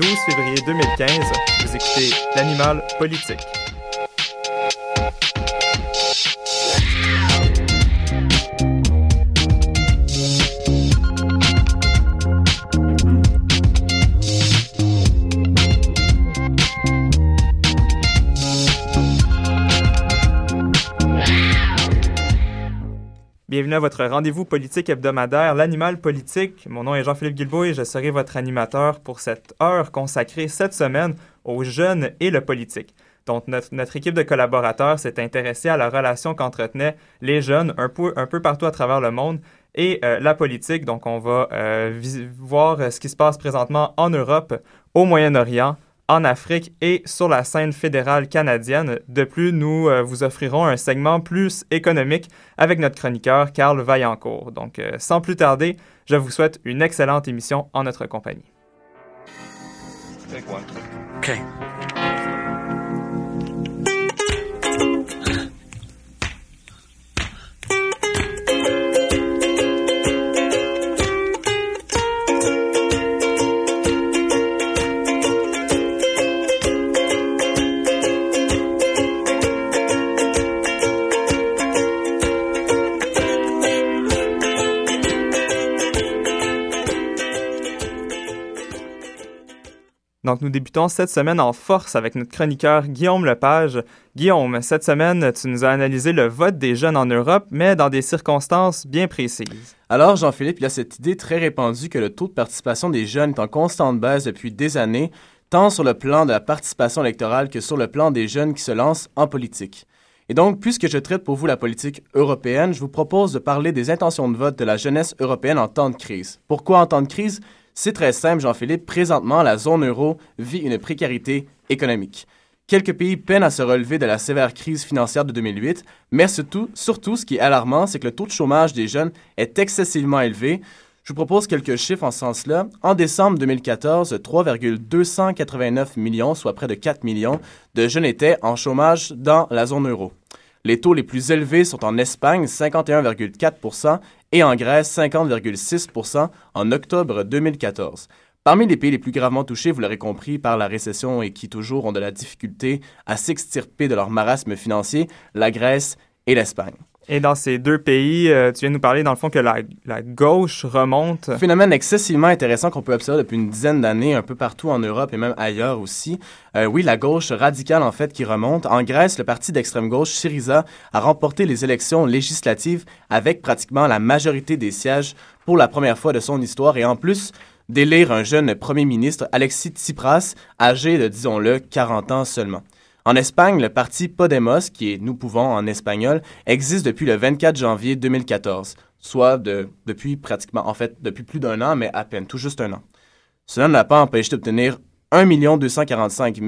12 février 2015. Vous écoutez l'Animal politique. Bienvenue à votre rendez-vous politique hebdomadaire, l'Animal politique. Mon nom est Jean-Philippe Guilbeault et je serai votre animateur pour cette heure consacrée cette semaine aux jeunes et le politique. Donc, notre équipe de collaborateurs s'est intéressée à la relation qu'entretenaient les jeunes un peu partout à travers le monde et la politique. Donc, on va voir ce qui se passe présentement en Europe, au Moyen-Orient, en Afrique et sur la scène fédérale canadienne. De plus, nous vous offrirons un segment plus économique avec notre chroniqueur Carl Vaillancourt. Donc, sans plus tarder, je vous souhaite une excellente émission en notre compagnie. Okay. Donc, nous débutons cette semaine en force avec notre chroniqueur Guillaume Lepage. Guillaume, cette semaine, tu nous as analysé le vote des jeunes en Europe, mais dans des circonstances bien précises. Alors, Jean-Philippe, il y a cette idée très répandue que le taux de participation des jeunes est en constante baisse depuis des années, tant sur le plan de la participation électorale que sur le plan des jeunes qui se lancent en politique. Et donc, puisque je traite pour vous la politique européenne, je vous propose de parler des intentions de vote de la jeunesse européenne en temps de crise. Pourquoi en temps de crise? C'est très simple, Jean-Philippe. Présentement, la zone euro vit une précarité économique. Quelques pays peinent à se relever de la sévère crise financière de 2008, mais surtout, ce qui est alarmant, c'est que le taux de chômage des jeunes est excessivement élevé. Je vous propose quelques chiffres en ce sens-là. En décembre 2014, 3,289 millions, soit près de 4 millions, de jeunes étaient en chômage dans la zone euro. Les taux les plus élevés sont en Espagne, 51,4 % et en Grèce, 50,6 % en octobre 2014. Parmi les pays les plus gravement touchés, vous l'aurez compris, par la récession et qui toujours ont de la difficulté à s'extirper de leur marasme financier, la Grèce et l'Espagne. Et dans ces deux pays, tu viens nous parler dans le fond que la gauche remonte. Phénomène excessivement intéressant qu'on peut observer depuis une dizaine d'années un peu partout en Europe et même ailleurs aussi. Oui, la gauche radicale en fait qui remonte. En Grèce, le parti d'extrême gauche Syriza a remporté les élections législatives avec pratiquement la majorité des sièges pour la première fois de son histoire et en plus d'élire un jeune premier ministre, Alexis Tsipras, âgé de, disons-le, 40 ans seulement. En Espagne, le parti Podemos, qui est « Nous pouvons » en espagnol, existe depuis le 24 janvier 2014, soit depuis plus d'un an, mais à peine, tout juste un an. Cela ne l'a pas empêché d'obtenir 1 245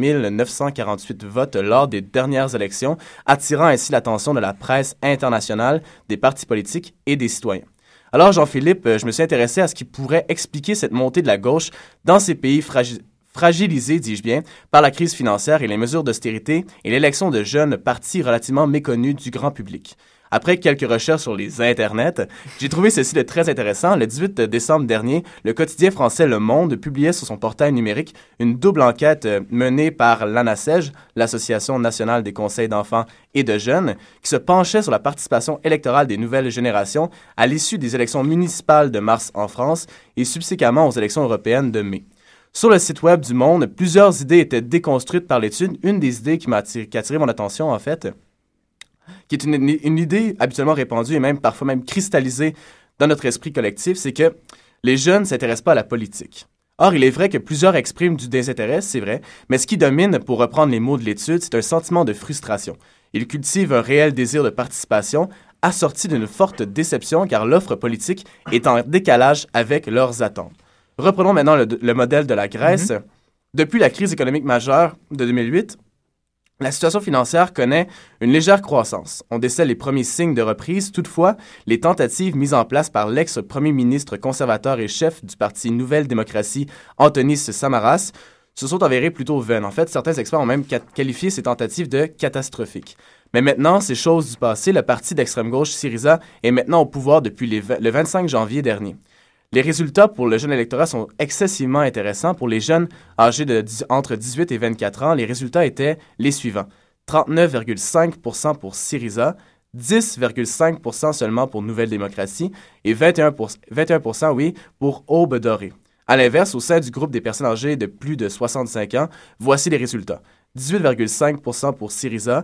948 votes lors des dernières élections, attirant ainsi l'attention de la presse internationale, des partis politiques et des citoyens. Alors, Jean-Philippe, je me suis intéressé à ce qui pourrait expliquer cette montée de la gauche dans ces pays fragilisés, dis-je bien, par la crise financière et les mesures d'austérité et l'élection de jeunes partis relativement méconnus du grand public. Après quelques recherches sur les internets, j'ai trouvé ceci de très intéressant. Le 18 décembre dernier, le quotidien français Le Monde publiait sur son portail numérique une double enquête menée par l'ANACEJ, l'Association nationale des conseils d'enfants et de jeunes, qui se penchait sur la participation électorale des nouvelles générations à l'issue des élections municipales de mars en France et subséquemment aux élections européennes de mai. Sur le site web du Monde, plusieurs idées étaient déconstruites par l'étude. Une des idées qui a attiré mon attention, en fait, qui est une idée habituellement répandue et même parfois même cristallisée dans notre esprit collectif, c'est que les jeunes ne s'intéressent pas à la politique. Or, il est vrai que plusieurs expriment du désintérêt, c'est vrai, mais ce qui domine, pour reprendre les mots de l'étude, c'est un sentiment de frustration. Ils cultivent un réel désir de participation, assorti d'une forte déception car l'offre politique est en décalage avec leurs attentes. Reprenons maintenant le modèle de la Grèce. Depuis la crise économique majeure de 2008, la situation financière connaît une légère croissance. On décèle les premiers signes de reprise. Toutefois, les tentatives mises en place par l'ex-premier ministre conservateur et chef du parti Nouvelle Démocratie, Antonis Samaras, se sont avérées plutôt vaines. En fait, certains experts ont même qualifié ces tentatives de catastrophiques. Mais maintenant, c'est chose du passé. Le parti d'extrême gauche Syriza est maintenant au pouvoir depuis le 25 janvier dernier. Les résultats pour le jeune électorat sont excessivement intéressants. Pour les jeunes âgés entre 18 et 24 ans, les résultats étaient les suivants. 39,5% pour Syriza, 10,5% seulement pour Nouvelle Démocratie et 21%, oui, pour Aube dorée. À l'inverse, au sein du groupe des personnes âgées de plus de 65 ans, voici les résultats. 18,5% pour Syriza,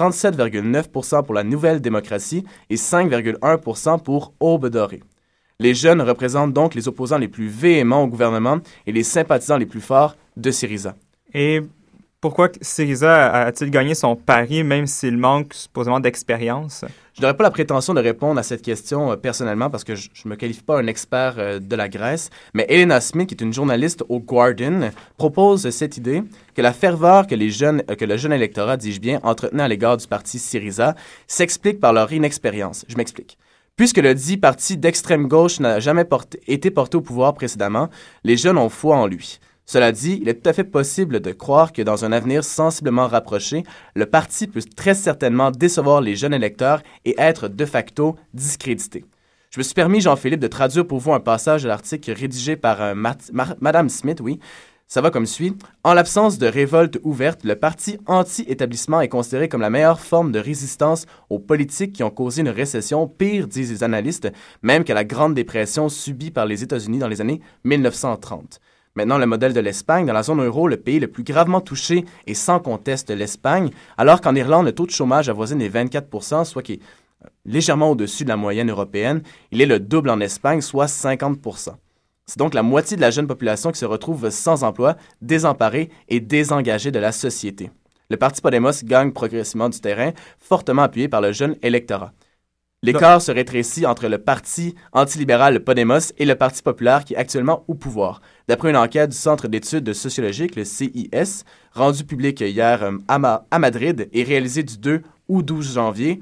37,9% pour la Nouvelle Démocratie et 5,1% pour Aube dorée. Les jeunes représentent donc les opposants les plus véhéments au gouvernement et les sympathisants les plus forts de Syriza. Et pourquoi Syriza a-t-il gagné son pari, même s'il manque supposément d'expérience? Je n'aurais pas la prétention de répondre à cette question personnellement parce que je ne me qualifie pas un expert de la Grèce, mais Elena Smith, qui est une journaliste au Guardian, propose cette idée que la ferveur que le jeune électorat, dis-je bien, entretenait à l'égard du parti Syriza s'explique par leur inexpérience. Je m'explique. Puisque le dit parti d'extrême gauche n'a jamais été porté au pouvoir précédemment, les jeunes ont foi en lui. Cela dit, il est tout à fait possible de croire que dans un avenir sensiblement rapproché, le parti peut très certainement décevoir les jeunes électeurs et être de facto discrédité. Je me suis permis, Jean-Philippe, de traduire pour vous un passage de l'article rédigé par Madame Smith, oui. Ça va comme suit. En l'absence de révolte ouverte, le parti anti-établissement est considéré comme la meilleure forme de résistance aux politiques qui ont causé une récession, pire, disent les analystes, même que la Grande Dépression subie par les États-Unis dans les années 1930. Maintenant, le modèle de l'Espagne, dans la zone euro, le pays le plus gravement touché est sans conteste l'Espagne, alors qu'en Irlande, le taux de chômage avoisine les 24%, soit qui est légèrement au-dessus de la moyenne européenne. Il est le double en Espagne, soit 50%. C'est donc la moitié de la jeune population qui se retrouve sans emploi, désemparée et désengagée de la société. Le parti Podemos gagne progressivement du terrain, fortement appuyé par le jeune électorat. L'écart se rétrécit entre le parti antilibéral Podemos et le Parti populaire qui est actuellement au pouvoir. D'après une enquête du Centre d'études sociologiques, le CIS, rendue publique hier à Madrid et réalisée du 2 au 12 janvier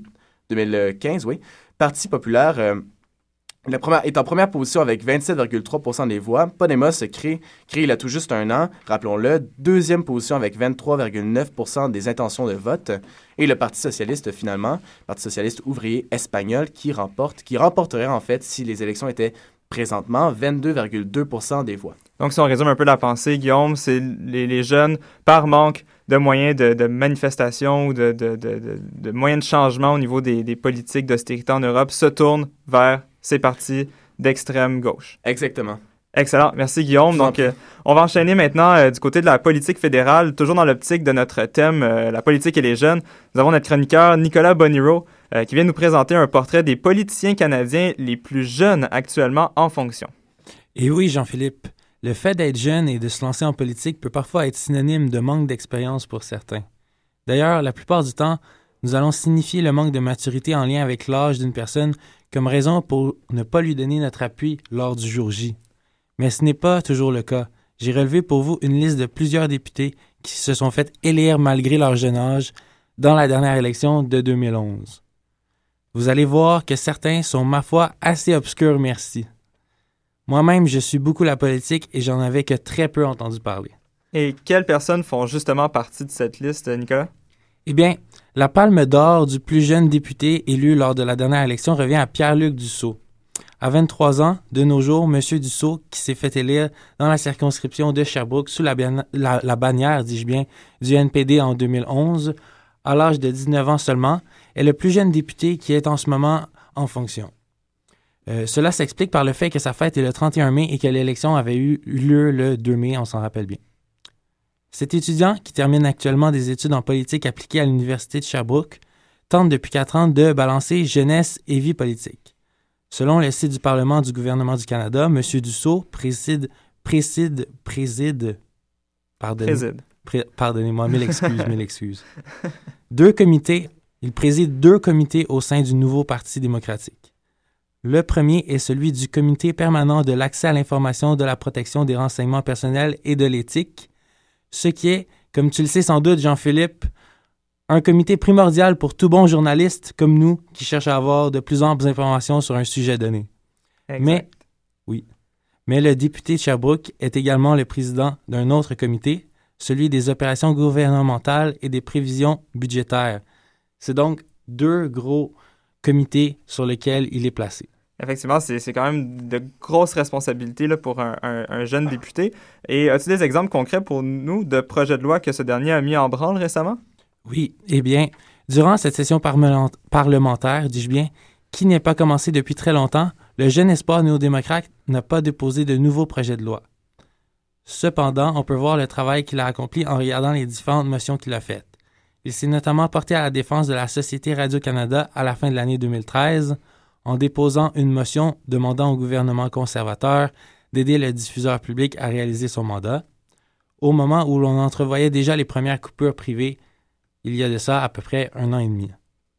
2015, oui, Parti populaire est en première position avec 27,3% des voix. Podemos créé il y a tout juste un an, rappelons-le, deuxième position avec 23,9% des intentions de vote. Et le Parti socialiste, finalement, Parti socialiste ouvrier espagnol, qui remporterait en fait, si les élections étaient présentement, 22,2% des voix. Donc, si on résume un peu la pensée, Guillaume, c'est les jeunes, par manque de moyens de manifestation ou de moyens de changement au niveau des politiques d'austérité en Europe, se tournent vers ces partis d'extrême gauche. Exactement. Excellent. Merci, Guillaume. Donc, on va enchaîner maintenant du côté de la politique fédérale, toujours dans l'optique de notre thème, la politique et les jeunes. Nous avons notre chroniqueur Nicolas Boniro qui vient nous présenter un portrait des politiciens canadiens les plus jeunes actuellement en fonction. Et oui, Jean-Philippe, le fait d'être jeune et de se lancer en politique peut parfois être synonyme de manque d'expérience pour certains. D'ailleurs, la plupart du temps, nous allons signifier le manque de maturité en lien avec l'âge d'une personne comme raison pour ne pas lui donner notre appui lors du jour J. Mais ce n'est pas toujours le cas. J'ai relevé pour vous une liste de plusieurs députés qui se sont fait élire malgré leur jeune âge dans la dernière élection de 2011. Vous allez voir que certains sont, ma foi, assez obscurs, merci. Moi-même, je suis beaucoup la politique et j'en avais que très peu entendu parler. Et quelles personnes font justement partie de cette liste, Nicolas? Eh bien, la palme d'or du plus jeune député élu lors de la dernière élection revient à Pierre-Luc Dussault. À 23 ans, de nos jours, M. Dussault, qui s'est fait élire dans la circonscription de Sherbrooke sous la bannière, dis-je bien, du NPD en 2011, à l'âge de 19 ans seulement, est le plus jeune député qui est en ce moment en fonction. Cela s'explique par le fait que sa fête est le 31 mai et que l'élection avait eu lieu le 2 mai, on s'en rappelle bien. Cet étudiant, qui termine actuellement des études en politique appliquée à l'Université de Sherbrooke, tente depuis 4 ans de balancer jeunesse et vie politique. Selon le site du Parlement du gouvernement du Canada, M. Dussault pardonnez-moi, mille excuses. Il préside 2 comités au sein du nouveau Parti démocratique. Le premier est celui du Comité permanent de l'accès à l'information, de la protection des renseignements personnels et de l'éthique, ce qui est, comme tu le sais sans doute, Jean-Philippe, un comité primordial pour tout bon journaliste comme nous qui cherche à avoir de plus amples informations sur un sujet donné. Exact. Mais le député de Sherbrooke est également le président d'un autre comité, celui des opérations gouvernementales et des prévisions budgétaires. C'est donc 2 gros comités sur lesquels il est placé. Effectivement, c'est quand même de grosses responsabilités là, pour un jeune député. Et as-tu des exemples concrets pour nous de projets de loi que ce dernier a mis en branle récemment? Oui, eh bien, durant cette session parlementaire, dis-je bien, qui n'est pas commencée depuis très longtemps, le jeune espoir néo-démocrate n'a pas déposé de nouveaux projets de loi. Cependant, on peut voir le travail qu'il a accompli en regardant les différentes motions qu'il a faites. Il s'est notamment porté à la défense de la Société Radio-Canada à la fin de l'année 2013, en déposant une motion demandant au gouvernement conservateur d'aider le diffuseur public à réaliser son mandat, au moment où l'on entrevoyait déjà les premières coupures privées, il y a de ça à peu près 1 an et demi.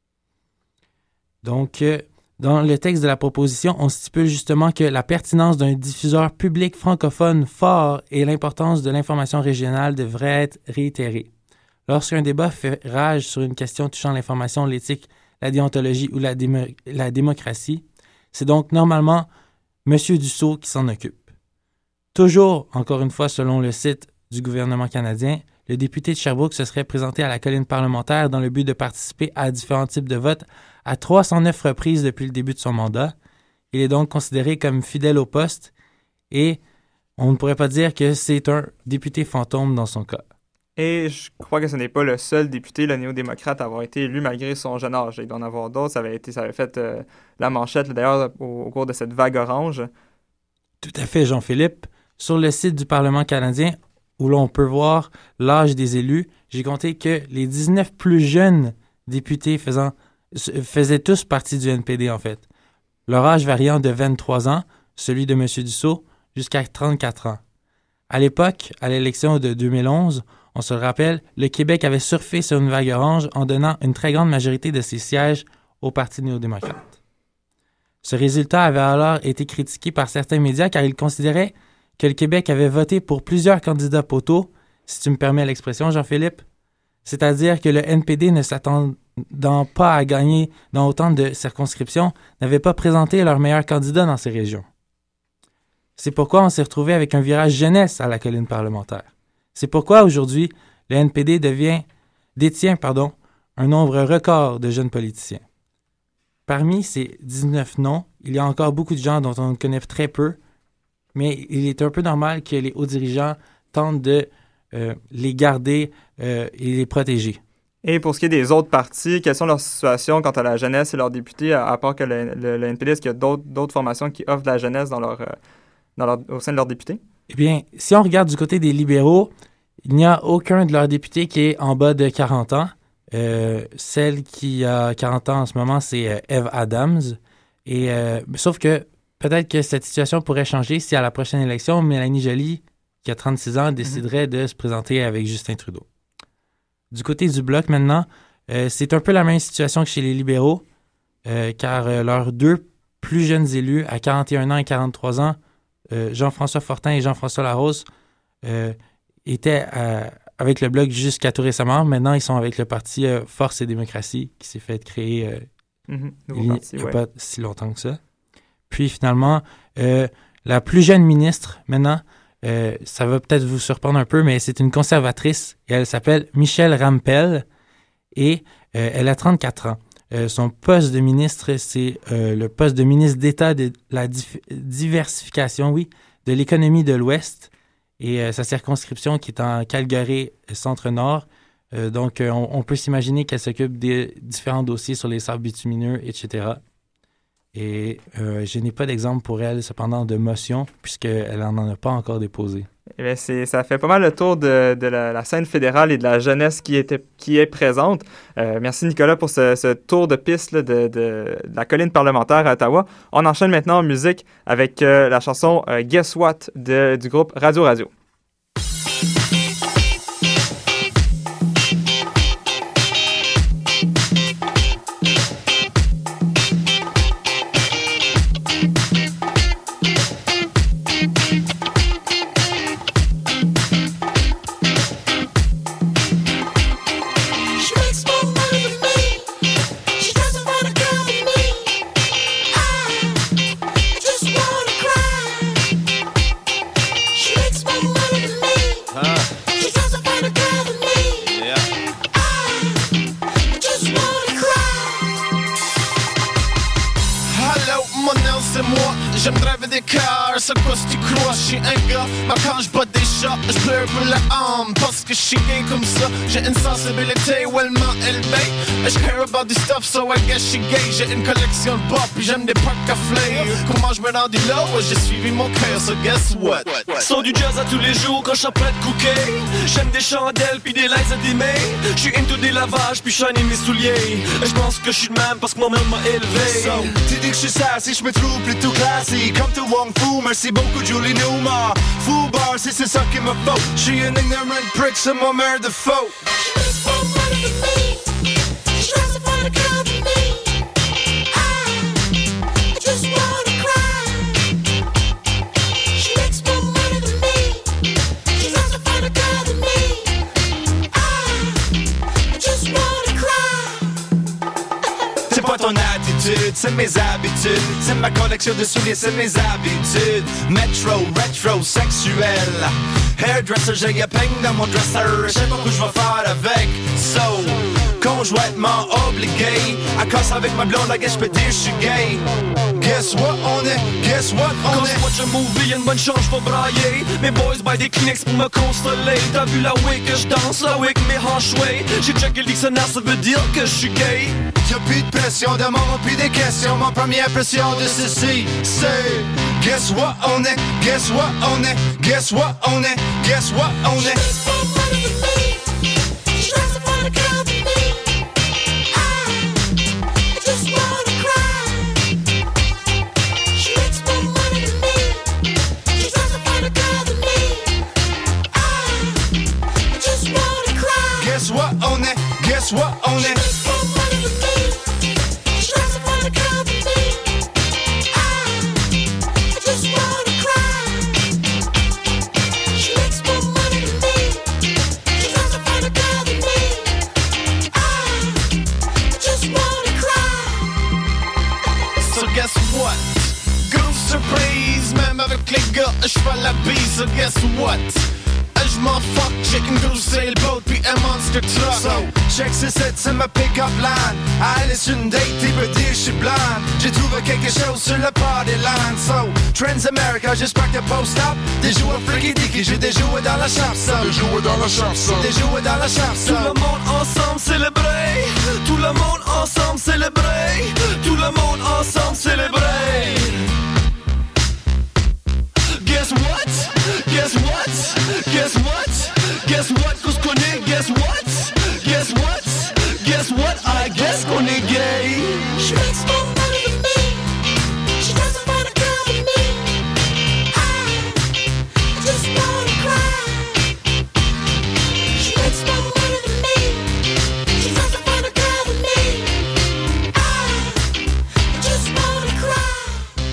Donc, dans le texte de la proposition, on stipule justement que la pertinence d'un diffuseur public francophone fort et l'importance de l'information régionale devraient être réitérées. Lorsqu'un débat fait rage sur une question touchant l'information, l'éthique, la déontologie ou la démocratie, c'est donc normalement M. Dussault qui s'en occupe. Toujours, encore une fois, selon le site du gouvernement canadien, le député de Sherbrooke se serait présenté à la colline parlementaire dans le but de participer à différents types de votes à 309 reprises depuis le début de son mandat. Il est donc considéré comme fidèle au poste et on ne pourrait pas dire que c'est un député fantôme dans son cas. Et je crois que ce n'est pas le seul député, le néo-démocrate, à avoir été élu malgré son jeune âge. Il doit en avoir d'autres. Ça avait fait la manchette, là, d'ailleurs, au cours de cette vague orange. Tout à fait, Jean-Philippe. Sur le site du Parlement canadien, où l'on peut voir l'âge des élus, j'ai compté que les 19 plus jeunes députés faisaient tous partie du NPD, en fait. Leur âge variant de 23 ans, celui de M. Dussault, jusqu'à 34 ans. À l'époque, à l'élection de 2011, on se le rappelle, le Québec avait surfé sur une vague orange en donnant une très grande majorité de ses sièges au Parti néo-démocrate. Ce résultat avait alors été critiqué par certains médias car ils considéraient que le Québec avait voté pour plusieurs candidats poteaux, si tu me permets l'expression, Jean-Philippe, c'est-à-dire que le NPD, ne s'attendant pas à gagner dans autant de circonscriptions, n'avait pas présenté leur meilleur candidat dans ces régions. C'est pourquoi on s'est retrouvé avec un virage jeunesse à la colline parlementaire. C'est pourquoi aujourd'hui, le NPD détient un nombre record de jeunes politiciens. Parmi ces 19 noms, il y a encore beaucoup de gens dont on connaît très peu, mais il est un peu normal que les hauts dirigeants tentent de les garder et les protéger. Et pour ce qui est des autres partis, quelles sont leurs situations quant à la jeunesse et leurs députés, à part que le NPD, est-ce qu'il y a d'autres formations qui offrent de la jeunesse au sein de leurs députés? Eh bien, si on regarde du côté des libéraux, il n'y a aucun de leurs députés qui est en bas de 40 ans. Celle qui a 40 ans en ce moment, c'est Eve Adams. Sauf que peut-être que cette situation pourrait changer si à la prochaine élection, Mélanie Joly, qui a 36 ans, déciderait de se présenter avec Justin Trudeau. Du côté du Bloc maintenant, c'est un peu la même situation que chez les libéraux, car leurs deux plus jeunes élus, à 41 ans et 43 ans, Jean-François Fortin et Jean-François Larose, étaient avec le Bloc jusqu'à tout récemment. Maintenant, ils sont avec le parti Force et démocratie, qui s'est fait créer il n'y a pas si longtemps que ça. Puis finalement, la plus jeune ministre, maintenant, ça va peut-être vous surprendre un peu, mais c'est une conservatrice et elle s'appelle Michelle Rampell et elle a 34 ans. Son poste de ministre, c'est le poste de ministre d'État de la diversification, de l'économie de l'Ouest et sa circonscription qui est en Calgary, centre-nord. Donc, on peut s'imaginer qu'elle s'occupe des différents dossiers sur les sables bitumineux, etc. Et je n'ai pas d'exemple pour elle, cependant, de motion, puisqu'elle n'en a pas encore déposé. Eh bien, ça fait pas mal le tour de la scène fédérale et de la jeunesse qui est présente. Merci, Nicolas, pour ce tour de piste là, de la colline parlementaire à Ottawa. On enchaîne maintenant en musique avec la chanson « Guess What » du groupe Radio Radio. She makes my à quoi tu crois, j'suis un gars. Mais quand j'bats des shots, j'pleure pour la âme. Parce que j'suis gay comme ça, j'ai une sensibilité wellment élevée. J'care about this stuff, so I guess j'suis gay. J'ai une collection de pop, puis j'aime des packs à flare. Comment j'me rends là, ouais, j'ai suivi mon cœur, so guess what? Son du jazz à tous les jours quand j'apprête cooker. J'aime des chandelles puis des lights à dimmer. J'suis into des lavages puis shiny mes souliers. J'pense que j'suis le même parce que mon mère m'a élevé. So, tu dis que j'suis sassy, j'me trouve plutôt classique. Comme tout Wong Fu, merci beaucoup Julie Newmar. Foo bar, si c'est ça qu'il me faut. J'suis un ignorant prick, c'est mon mère de faux. C'est pas ton attitude, c'est mes habitudes. C'est ma collection de souliers, c'est mes habitudes. Metro, retro, sexuel. Hairdresser, j'ai un peigne dans mon dresser. Je sais pas où je vais faire avec. So, conjointement obligé. À cause avec ma blonde, I guess j'peux dire j'suis gay. Guess what on est, guess what on Quand est. je watch un movie, y'a une bonne chance, j'vais brailler. Mes boys buy des Kleenex pour me consoler. T'as vu la way que j'danse, la way que mes hanches way. J'ai checké le dictionnaire, ça veut dire que j'suis gay. Y'a plus de pression de mon plus des questions. Mon première impression de ceci, c'est guess what on est, guess what on est, guess what on est, guess what on est. Guess what on est, guess what on est. So guess what? Groove surprise, même avec les gars, j'fais la bise. So guess what? J'm'en fuck, j'ai une groove sailboat puis un monster truck. So, check c'est ma pick-up line. Aller sur une date, il veut dire j'suis blind. J'ai trouvé quelque chose sur le party line. So, Trans America, j'espère que post-up. Des jouets freaky dicky, j'ai des jouets dans la chambre. So, des jouets dans la chambre. So, des jouets dans la chambre. So, tout le monde ensemble célébrer. Tout le monde ensemble célébrer. Tout le monde ensemble célébrer. Guess what? Guess what? Guess what? Guess what? Qu'on se connaît, guess what? Guess what? Guess what? I guess qu'on est gay. She makes more money than me. She doesn't find a girl than me. I just wanna cry. She makes more money than me. She doesn't find a girl than me. I just wanna cry.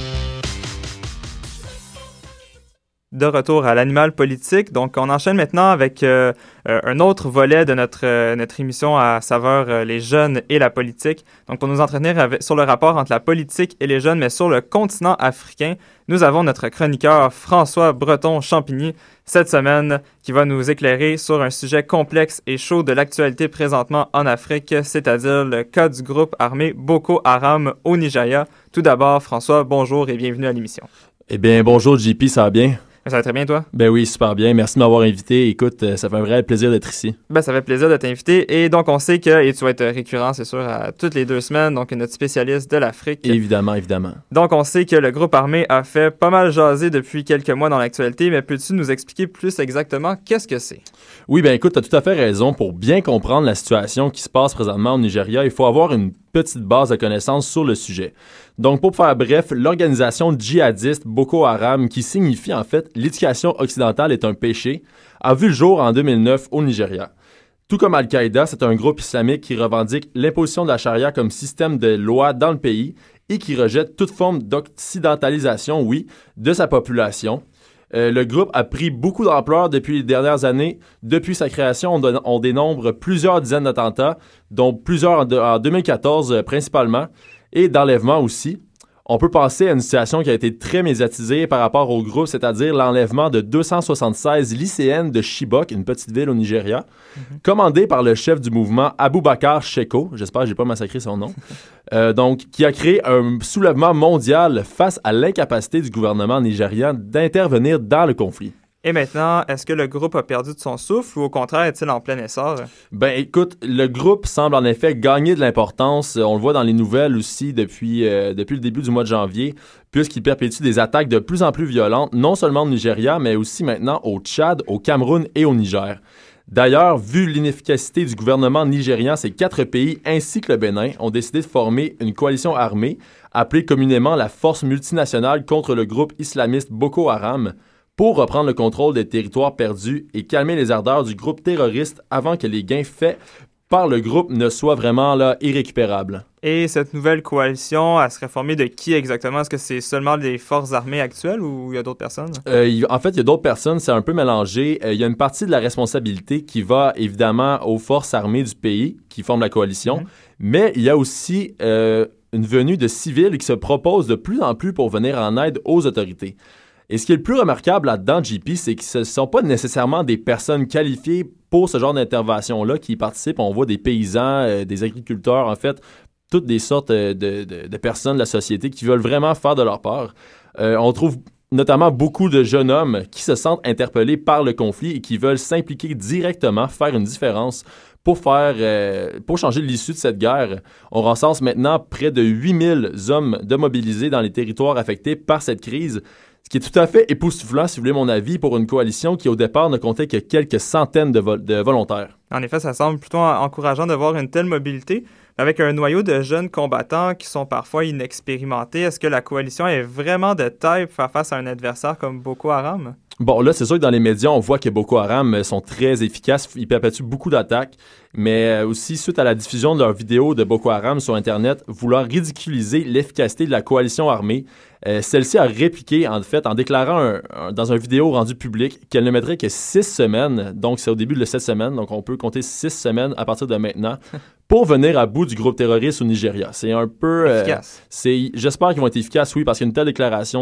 De retour à l'animal politique. Donc, on enchaîne maintenant avec un autre volet de notre émission à saveur les jeunes et la politique. Donc, pour nous entretenir sur le rapport entre la politique et les jeunes, mais sur le continent africain, nous avons notre chroniqueur François Breton-Champigny cette semaine qui va nous éclairer sur un sujet complexe et chaud de l'actualité présentement en Afrique, c'est-à-dire le cas du groupe armé Boko Haram au Nigeria. Tout d'abord, François, bonjour et bienvenue à l'émission. Eh bien, bonjour JP, ça va bien? Ça va très bien, toi? Ben oui, super bien. Merci de m'avoir invité. Écoute, ça fait un vrai plaisir d'être ici. Ben, ça fait plaisir de t'inviter. Et donc, on sait que, et tu vas être récurrent, c'est sûr, à toutes les 2 semaines, donc notre spécialiste de l'Afrique. Évidemment, évidemment. Donc, on sait que le groupe armé a fait pas mal jaser depuis quelques mois dans l'actualité, mais peux-tu nous expliquer plus exactement qu'est-ce que c'est? Oui, ben écoute, tu as tout à fait raison. Pour bien comprendre la situation qui se passe présentement au Nigeria, il faut avoir une petite base de connaissances sur le sujet. Donc, pour faire bref, l'organisation djihadiste Boko Haram, qui signifie en fait « l'éducation occidentale est un péché », a vu le jour en 2009 au Nigeria. Tout comme Al-Qaïda, c'est un groupe islamique qui revendique l'imposition de la charia comme système de loi dans le pays et qui rejette toute forme d'occidentalisation, oui, de sa population. Le groupe a pris beaucoup d'ampleur depuis les dernières années. Depuis sa création, on dénombre plusieurs dizaines d'attentats, dont plusieurs en 2014 principalement, et d'enlèvements aussi. On peut penser à une situation qui a été très médiatisée par rapport au groupe, c'est-à-dire l'enlèvement de 276 lycéennes de Chibok, une petite ville au Nigeria, commandée par le chef du mouvement Abubakar Sheko, j'espère que j'ai pas massacré son nom, donc qui a créé un soulèvement mondial face à l'incapacité du gouvernement nigérian d'intervenir dans le conflit. Et maintenant, est-ce que le groupe a perdu de son souffle ou au contraire est-il en plein essor? Ben écoute, le groupe semble en effet gagner de l'importance. On le voit dans les nouvelles aussi depuis le début du mois de janvier, puisqu'il perpétue des attaques de plus en plus violentes, non seulement au Nigeria, mais aussi maintenant au Tchad, au Cameroun et au Niger. D'ailleurs, vu l'inefficacité du gouvernement nigérian, ces 4 pays, ainsi que le Bénin, ont décidé de former une coalition armée, appelée communément la Force multinationale contre le groupe islamiste Boko Haram, pour reprendre le contrôle des territoires perdus et calmer les ardeurs du groupe terroriste avant que les gains faits par le groupe ne soient vraiment là irrécupérables. Et cette nouvelle coalition, elle serait formée de qui exactement? Est-ce que c'est seulement les forces armées actuelles ou il y a d'autres personnes? En fait, il y a d'autres personnes, c'est un peu mélangé. Il y a une partie de la responsabilité qui va évidemment aux forces armées du pays qui forment la coalition, mais il y a aussi une venue de civils qui se proposent de plus en plus pour venir en aide aux autorités. Et ce qui est le plus remarquable là-dedans, JP, c'est que ce ne sont pas nécessairement des personnes qualifiées pour ce genre d'intervention-là qui y participent. On voit des paysans, des agriculteurs, en fait, toutes des sortes de personnes de la société qui veulent vraiment faire de leur part. On trouve notamment beaucoup de jeunes hommes qui se sentent interpellés par le conflit et qui veulent s'impliquer directement, faire une différence pour changer l'issue de cette guerre. On recense maintenant près de 8000 hommes de mobilisés dans les territoires affectés par cette crise. Ce qui est tout à fait époustouflant, si vous voulez mon avis, pour une coalition qui, au départ, ne comptait que quelques centaines de volontaires. En effet, ça semble plutôt encourageant de voir une telle mobilité. Avec un noyau de jeunes combattants qui sont parfois inexpérimentés, est-ce que la coalition est vraiment de taille pour faire face à un adversaire comme Boko Haram? Bon, là, c'est sûr que dans les médias, on voit que Boko Haram sont très efficaces. Ils perpétuent beaucoup d'attaques. Mais aussi, suite à la diffusion de leurs vidéos de Boko Haram sur Internet, vouloir ridiculiser l'efficacité de la coalition armée, celle-ci a répliqué, en fait, en déclarant dans une vidéo rendue publique qu'elle ne mettrait que 6 semaines, donc c'est au début de cette semaine, donc on peut compter 6 semaines à partir de maintenant, pour venir à bout du groupe terroriste au Nigeria. C'est un peu... efficace. J'espère qu'ils vont être efficaces, oui, parce qu'une telle déclaration,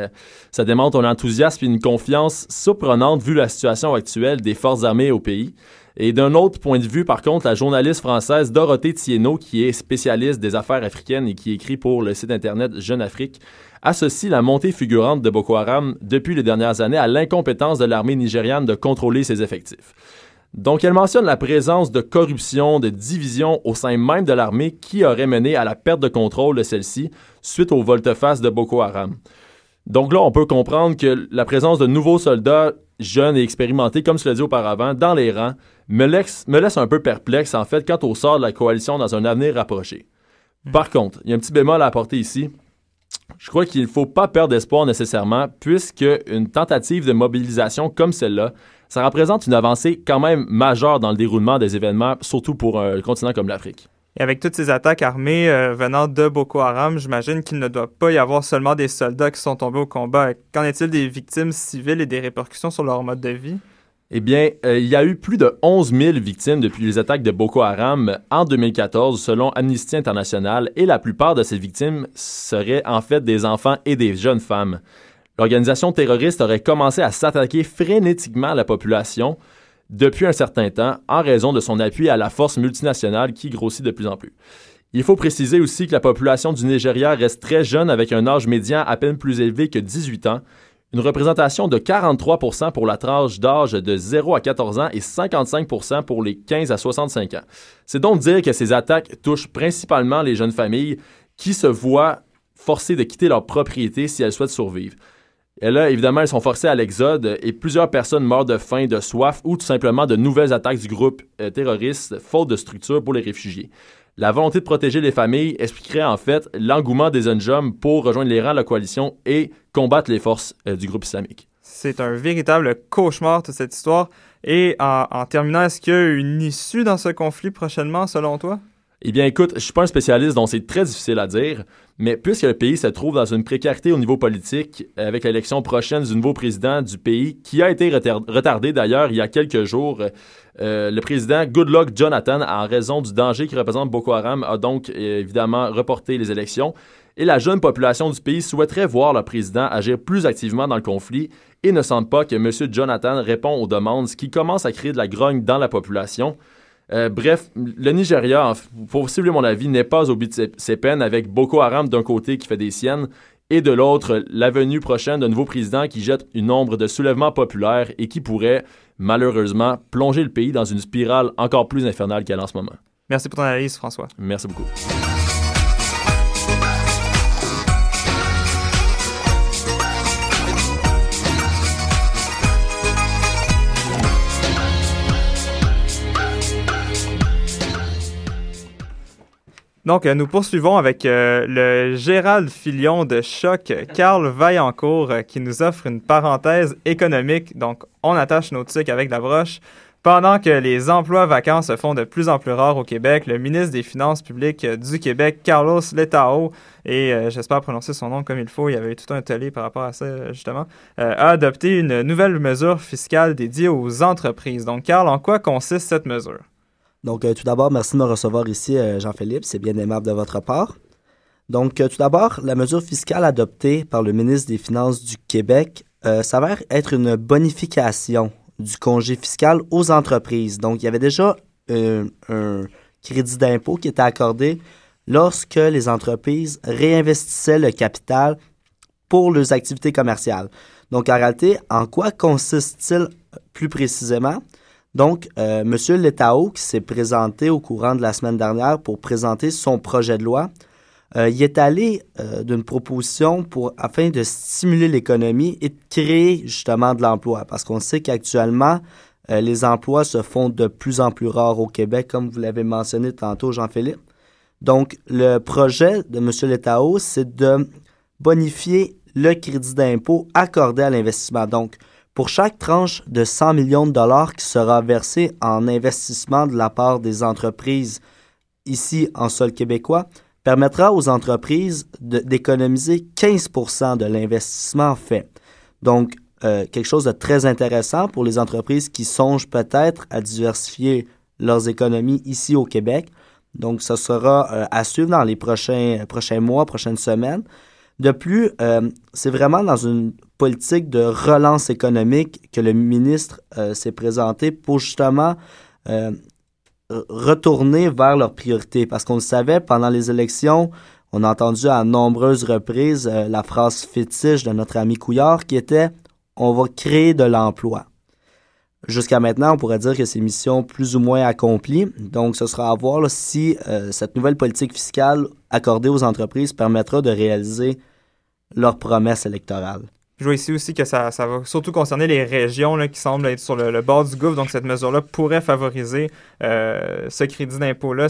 ça démontre un enthousiasme et une confiance surprenante vu la situation actuelle des forces armées au pays. Et d'un autre point de vue, par contre, la journaliste française Dorothée Thienot, qui est spécialiste des affaires africaines et qui écrit pour le site internet Jeune Afrique, associe la montée fulgurante de Boko Haram depuis les dernières années à l'incompétence de l'armée nigériane de contrôler ses effectifs. Donc, elle mentionne la présence de corruption, de division au sein même de l'armée qui aurait mené à la perte de contrôle de celle-ci suite au volte-face de Boko Haram. Donc là, on peut comprendre que la présence de nouveaux soldats jeunes et expérimentés, comme tu l'as dit auparavant, dans les rangs, me laisse un peu perplexe, en fait, quant au sort de la coalition dans un avenir rapproché. Par contre, il y a un petit bémol à apporter ici. Je crois qu'il ne faut pas perdre espoir nécessairement, puisque une tentative de mobilisation comme celle-là, ça représente une avancée quand même majeure dans le déroulement des événements, surtout pour un continent comme l'Afrique. Et avec toutes ces attaques armées venant de Boko Haram, j'imagine qu'il ne doit pas y avoir seulement des soldats qui sont tombés au combat. Qu'en est-il des victimes civiles et des répercussions sur leur mode de vie? Eh bien, il y a eu plus de 11 000 victimes depuis les attaques de Boko Haram en 2014, selon Amnesty International, et la plupart de ces victimes seraient en fait des enfants et des jeunes femmes. L'organisation terroriste aurait commencé à s'attaquer frénétiquement à la population depuis un certain temps en raison de son appui à la force multinationale qui grossit de plus en plus. Il faut préciser aussi que la population du Nigeria reste très jeune avec un âge médian à peine plus élevé que 18 ans, une représentation de 43% pour la tranche d'âge de 0 à 14 ans et 55% pour les 15 à 65 ans. C'est donc dire que ces attaques touchent principalement les jeunes familles qui se voient forcées de quitter leur propriété si elles souhaitent survivre. Et là, évidemment, elles sont forcées à l'exode et plusieurs personnes meurent de faim, de soif ou tout simplement de nouvelles attaques du groupe terroriste, faute de structure pour les réfugiés. La volonté de protéger les familles expliquerait en fait l'engouement des jeunes hommes pour rejoindre les rangs de la coalition et combattre les forces du groupe islamique. C'est un véritable cauchemar, toute cette histoire. Et en terminant, est-ce qu'il y a une issue dans ce conflit prochainement, selon toi? Eh bien, écoute, je suis pas un spécialiste, donc c'est très difficile à dire, mais puisque le pays se trouve dans une précarité au niveau politique, avec l'élection prochaine du nouveau président du pays, qui a été retardé d'ailleurs il y a quelques jours, le président Goodluck Jonathan, en raison du danger que représente Boko Haram, a donc évidemment reporté les élections. Et la jeune population du pays souhaiterait voir le président agir plus activement dans le conflit et ne semble pas que M. Jonathan répond aux demandes, ce qui commence à créer de la grogne dans la population. Bref, le Nigeria, pour cibler mon avis, n'est pas au bout de ses peines, avec Boko Haram d'un côté qui fait des siennes et de l'autre, la venue prochaine d'un nouveau président qui jette une ombre de soulèvement populaire et qui pourrait, malheureusement, plonger le pays dans une spirale encore plus infernale qu'elle en ce moment. Merci pour ton analyse, François. Merci beaucoup. Donc, nous poursuivons avec le Gérald Filion de Choc, Carl Vaillancourt, qui nous offre une parenthèse économique. Donc, on attache nos tics avec la broche. Pendant que les emplois vacants se font de plus en plus rares au Québec, le ministre des Finances publiques du Québec, Carlos Letao, et j'espère prononcer son nom comme il faut, il y avait eu tout un tollé par rapport à ça, justement, a adopté une nouvelle mesure fiscale dédiée aux entreprises. Donc, Carl, en quoi consiste cette mesure? Donc, tout d'abord, merci de me recevoir ici, Jean-Philippe. C'est bien aimable de votre part. Donc, tout d'abord, la mesure fiscale adoptée par le ministre des Finances du Québec s'avère être une bonification du congé fiscal aux entreprises. Donc, il y avait déjà un crédit d'impôt qui était accordé lorsque les entreprises réinvestissaient le capital pour leurs activités commerciales. Donc, en réalité, en quoi consiste-t-il plus précisément? Donc, M. Letao, qui s'est présenté au courant de la semaine dernière pour présenter son projet de loi, il est allé d'une proposition afin de stimuler l'économie et de créer justement de l'emploi. Parce qu'on sait qu'actuellement, les emplois se font de plus en plus rares au Québec, comme vous l'avez mentionné tantôt, Jean-Philippe. Donc, le projet de M. Letao, c'est de bonifier le crédit d'impôt accordé à l'investissement. Donc, pour chaque tranche de 100 millions de dollars qui sera versée en investissement de la part des entreprises ici en sol québécois, permettra aux entreprises d'économiser 15% de l'investissement fait. Donc, quelque chose de très intéressant pour les entreprises qui songent peut-être à diversifier leurs économies ici au Québec. Donc, ce sera à suivre dans les prochains mois, prochaines semaines. De plus, c'est vraiment dans une politique de relance économique que le ministre s'est présenté pour justement retourner vers leurs priorités. Parce qu'on le savait, pendant les élections, on a entendu à nombreuses reprises la phrase fétiche de notre ami Couillard qui était « on va créer de l'emploi ». Jusqu'à maintenant, on pourrait dire que c'est mission plus ou moins accomplie. Donc, ce sera à voir là, si cette nouvelle politique fiscale accordée aux entreprises permettra de réaliser leurs promesses électorales. Je vois ici aussi que ça va surtout concerner les régions là, qui semblent être sur le bord du gouffre. Donc, cette mesure-là pourrait favoriser ce crédit d'impôt-là,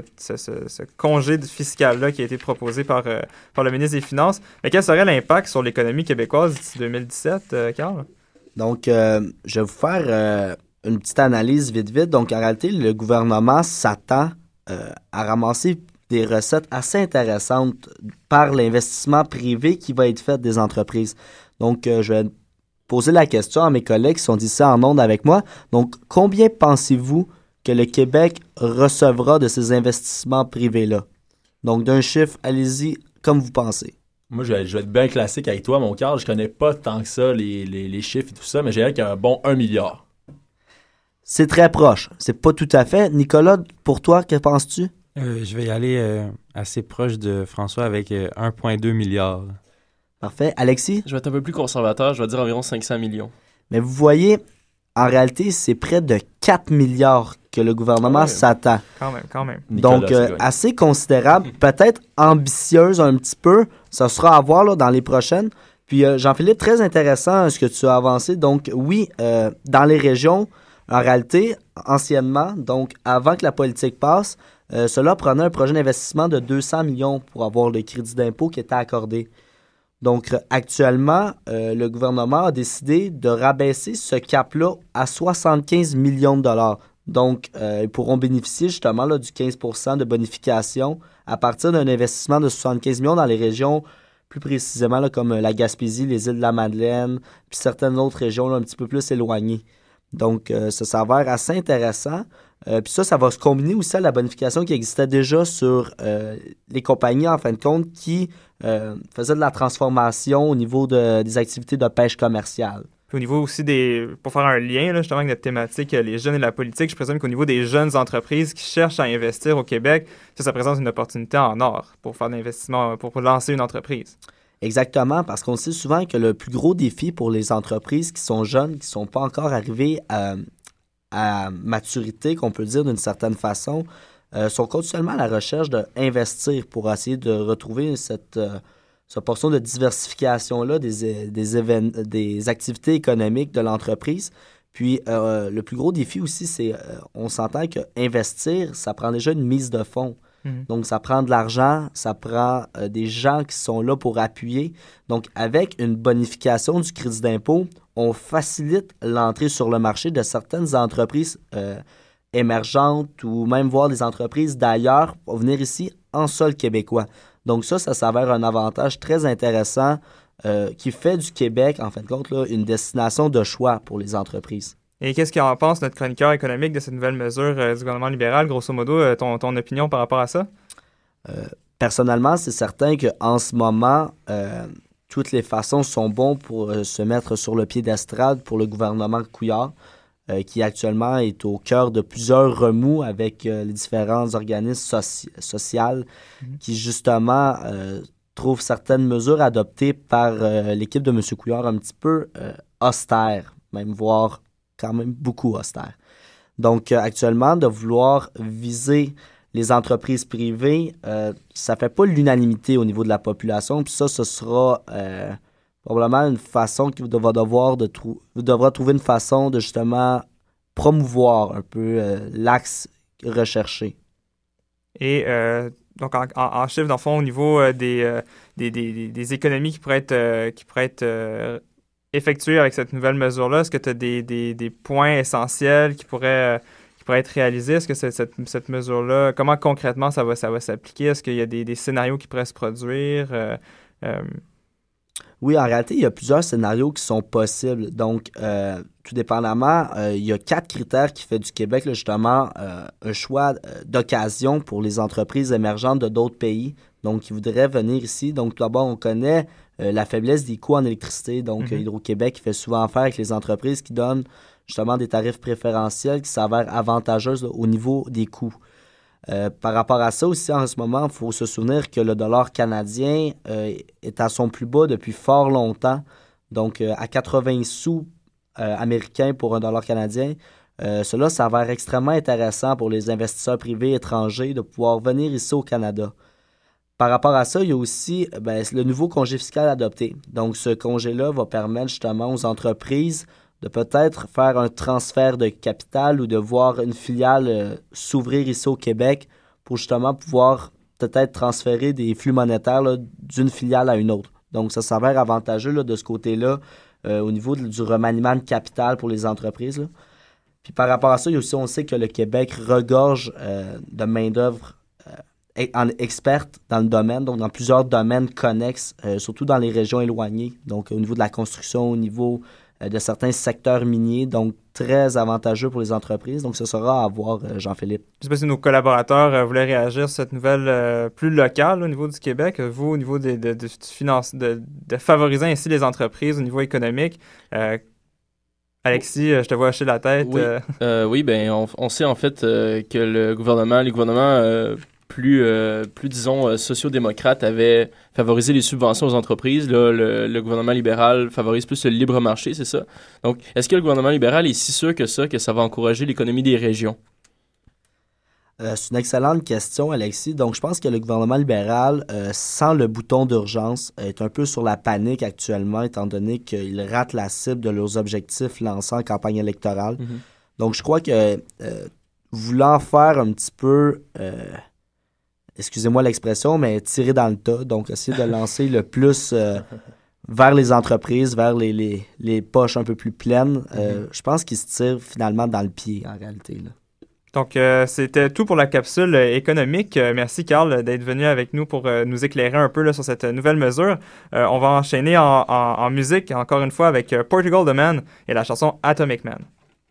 ce congé fiscal-là qui a été proposé par le ministre des Finances. Mais quel serait l'impact sur l'économie québécoise d'ici 2017, Carl? Donc, je vais vous faire une petite analyse vite. Donc, en réalité, le gouvernement s'attend à ramasser des recettes assez intéressantes par l'investissement privé qui va être fait des entreprises. Donc, je vais poser la question à mes collègues qui sont ici en ondes avec moi. Donc, combien pensez-vous que le Québec recevra de ces investissements privés-là? Donc, d'un chiffre, allez-y comme vous pensez. Moi, je vais être bien classique avec toi, mon Carl. Je connais pas tant que ça les chiffres et tout ça, mais j'ai qu'il y a un bon 1 milliard. C'est très proche. C'est pas tout à fait. Nicolas, pour toi, que penses-tu? Je vais y aller assez proche de François avec 1,2 milliard. Parfait. Alexis? Je vais être un peu plus conservateur. Je vais dire environ 500 millions. Mais vous voyez, en réalité, c'est près de 4 milliards que le gouvernement s'attend. Quand même. Donc, Nicolas, assez considérable, peut-être ambitieuse un petit peu. Ça sera à voir là, dans les prochaines. Puis, Jean-Philippe, très intéressant ce que tu as avancé. Donc, oui, dans les régions, en réalité, anciennement, donc avant que la politique passe, cela prenait un projet d'investissement de 200 millions pour avoir le crédit d'impôt qui était accordé. Donc, actuellement, le gouvernement a décidé de rabaisser ce cap-là à 75 millions de dollars. Donc, ils pourront bénéficier justement là, du 15% de bonification à partir d'un investissement de 75 millions dans les régions, plus précisément là, comme la Gaspésie, les îles de la Madeleine, puis certaines autres régions là, un petit peu plus éloignées. Donc, ça s'avère assez intéressant. Puis ça va se combiner aussi à la bonification qui existait déjà sur les compagnies, en fin de compte, qui faisaient de la transformation au niveau des activités de pêche commerciale. Puis au niveau aussi pour faire un lien là, justement avec notre thématique, les jeunes et la politique, je présume qu'au niveau des jeunes entreprises qui cherchent à investir au Québec, ça présente une opportunité en or pour faire de l'investissement, pour lancer une entreprise. Exactement, parce qu'on sait souvent que le plus gros défi pour les entreprises qui sont jeunes, qui ne sont pas encore arrivées à maturité, qu'on peut dire d'une certaine façon, sont continuellement à la recherche d'investir pour essayer de retrouver cette portion de diversification-là des activités économiques de l'entreprise. Puis, le plus gros défi aussi, c'est, on s'entend qu'investir, ça prend déjà une mise de fonds. Donc, ça prend de l'argent, ça prend des gens qui sont là pour appuyer. Donc, avec une bonification du crédit d'impôt, on facilite l'entrée sur le marché de certaines entreprises émergentes ou même voir des entreprises d'ailleurs pour venir ici en sol québécois. Donc, ça s'avère un avantage très intéressant qui fait du Québec, en fin de compte, là, une destination de choix pour les entreprises. Et qu'est-ce qu'en pense notre chroniqueur économique de cette nouvelle mesure du gouvernement libéral? Grosso modo, ton opinion par rapport à ça? Personnellement, c'est certain qu'en ce moment, toutes les façons sont bonnes pour se mettre sur le piédestal pour le gouvernement Couillard, qui actuellement est au cœur de plusieurs remous avec les différents organismes sociaux qui, justement, trouvent certaines mesures adoptées par l'équipe de M. Couillard un petit peu austères, même voire quand même beaucoup austère. Donc, actuellement, de vouloir viser les entreprises privées, ça ne fait pas l'unanimité au niveau de la population. Puis ça, ce sera probablement une façon qu'il devra trouver une façon de justement promouvoir un peu l'axe recherché. Et donc, en chiffre, dans le fond, au niveau des économies qui pourraient être effectuées avec cette nouvelle mesure-là, est-ce que tu as des points essentiels qui pourraient être réalisés? Est-ce que cette mesure-là, comment concrètement ça va s'appliquer? Est-ce qu'il y a des scénarios qui pourraient se produire? Oui, en réalité, il y a plusieurs scénarios qui sont possibles. Donc, tout dépendamment, il y a 4 critères qui fait du Québec, là, justement, un choix d'occasion pour les entreprises émergentes de d'autres pays, donc qui voudraient venir ici. Donc, tout d'abord, on connaît la faiblesse des coûts en électricité. Donc, Hydro-Québec fait souvent affaire avec les entreprises qui donnent justement des tarifs préférentiels qui s'avèrent avantageuses là, au niveau des coûts. Par rapport à ça aussi, en ce moment, il faut se souvenir que le dollar canadien est à son plus bas depuis fort longtemps. Donc, à 80 sous américains pour un dollar canadien, cela s'avère extrêmement intéressant pour les investisseurs privés étrangers de pouvoir venir ici au Canada. Par rapport à ça, il y a aussi le nouveau congé fiscal adopté. Donc, ce congé-là va permettre justement aux entreprises de peut-être faire un transfert de capital ou de voir une filiale s'ouvrir ici au Québec pour justement pouvoir peut-être transférer des flux monétaires là, d'une filiale à une autre. Donc, ça s'avère avantageux là, de ce côté-là au niveau du remaniement de capital pour les entreprises. Là. Puis par rapport à ça, il y a aussi, on sait que le Québec regorge de main-d'œuvre experte dans le domaine, donc dans plusieurs domaines connexes, surtout dans les régions éloignées, donc au niveau de la construction, au niveau de certains secteurs miniers, donc très avantageux pour les entreprises. Donc, ce sera à voir, Jean-Philippe. Je ne sais pas si nos collaborateurs voulaient réagir sur cette nouvelle plus locale au niveau du Québec. Vous, au niveau de favoriser ainsi les entreprises au niveau économique, Alexis, je te vois hocher la tête. Oui, on sait en fait que les gouvernements plus disons, sociaux-démocrates avaient favorisé les subventions aux entreprises. Là, le gouvernement libéral favorise plus le libre marché, c'est ça? Donc, est-ce que le gouvernement libéral est si sûr que ça va encourager l'économie des régions? C'est une excellente question, Alexis. Donc, je pense que le gouvernement libéral, sans le bouton d'urgence, est un peu sur la panique actuellement, étant donné qu'ils ratent la cible de leurs objectifs lancés en campagne électorale. Donc, je crois que voulant faire un petit peu... excusez-moi l'expression, mais tirer dans le tas. Donc, essayer de lancer le plus vers les entreprises, vers les poches un peu plus pleines. Je pense qu'ils se tirent finalement dans le pied, en réalité. Là. Donc, c'était tout pour la capsule économique. Merci, Carl, d'être venu avec nous pour nous éclairer un peu là, sur cette nouvelle mesure. On va enchaîner en musique, encore une fois, avec Portugal The Man et la chanson Atomic Man.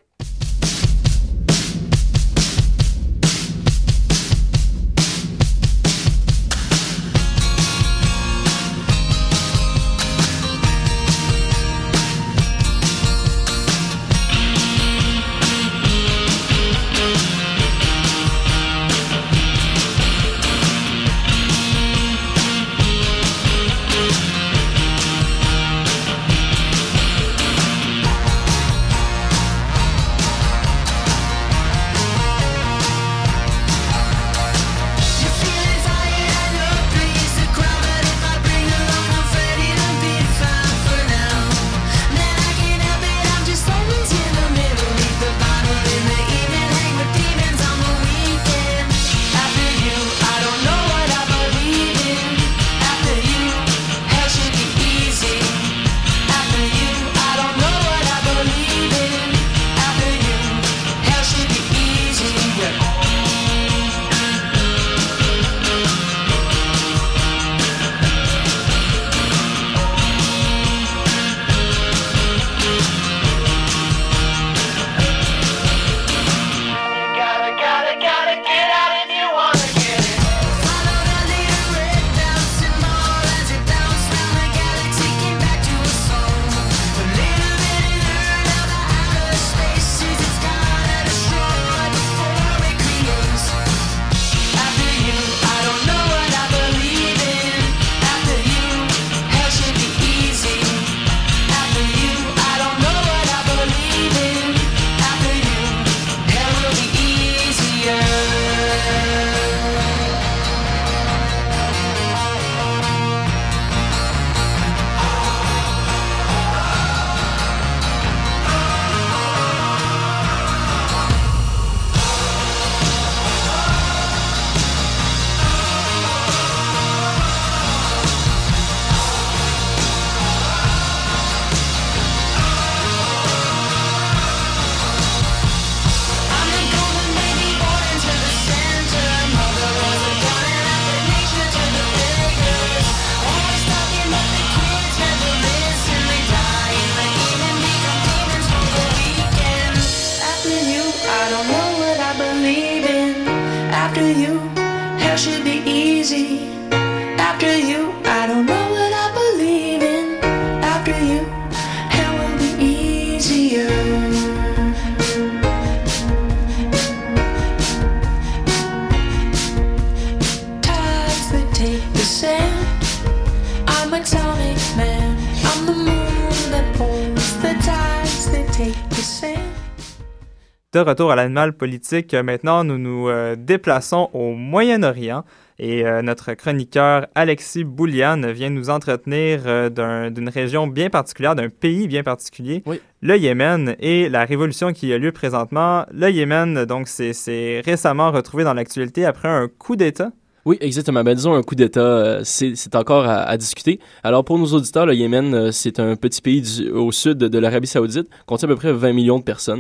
De retour à l'animal politique, maintenant nous nous déplaçons au Moyen-Orient et notre chroniqueur Alexis Boulian vient nous entretenir d'une région bien particulière, d'un pays bien particulier, oui. Le Yémen et la révolution qui a lieu présentement. Le Yémen, donc, c'est récemment retrouvé dans l'actualité après un coup d'État. Oui, exactement. Ben, disons, un coup d'État, c'est encore à discuter. Alors, pour nos auditeurs, le Yémen, c'est un petit pays au sud de l'Arabie Saoudite, contient à peu près 20 millions de personnes.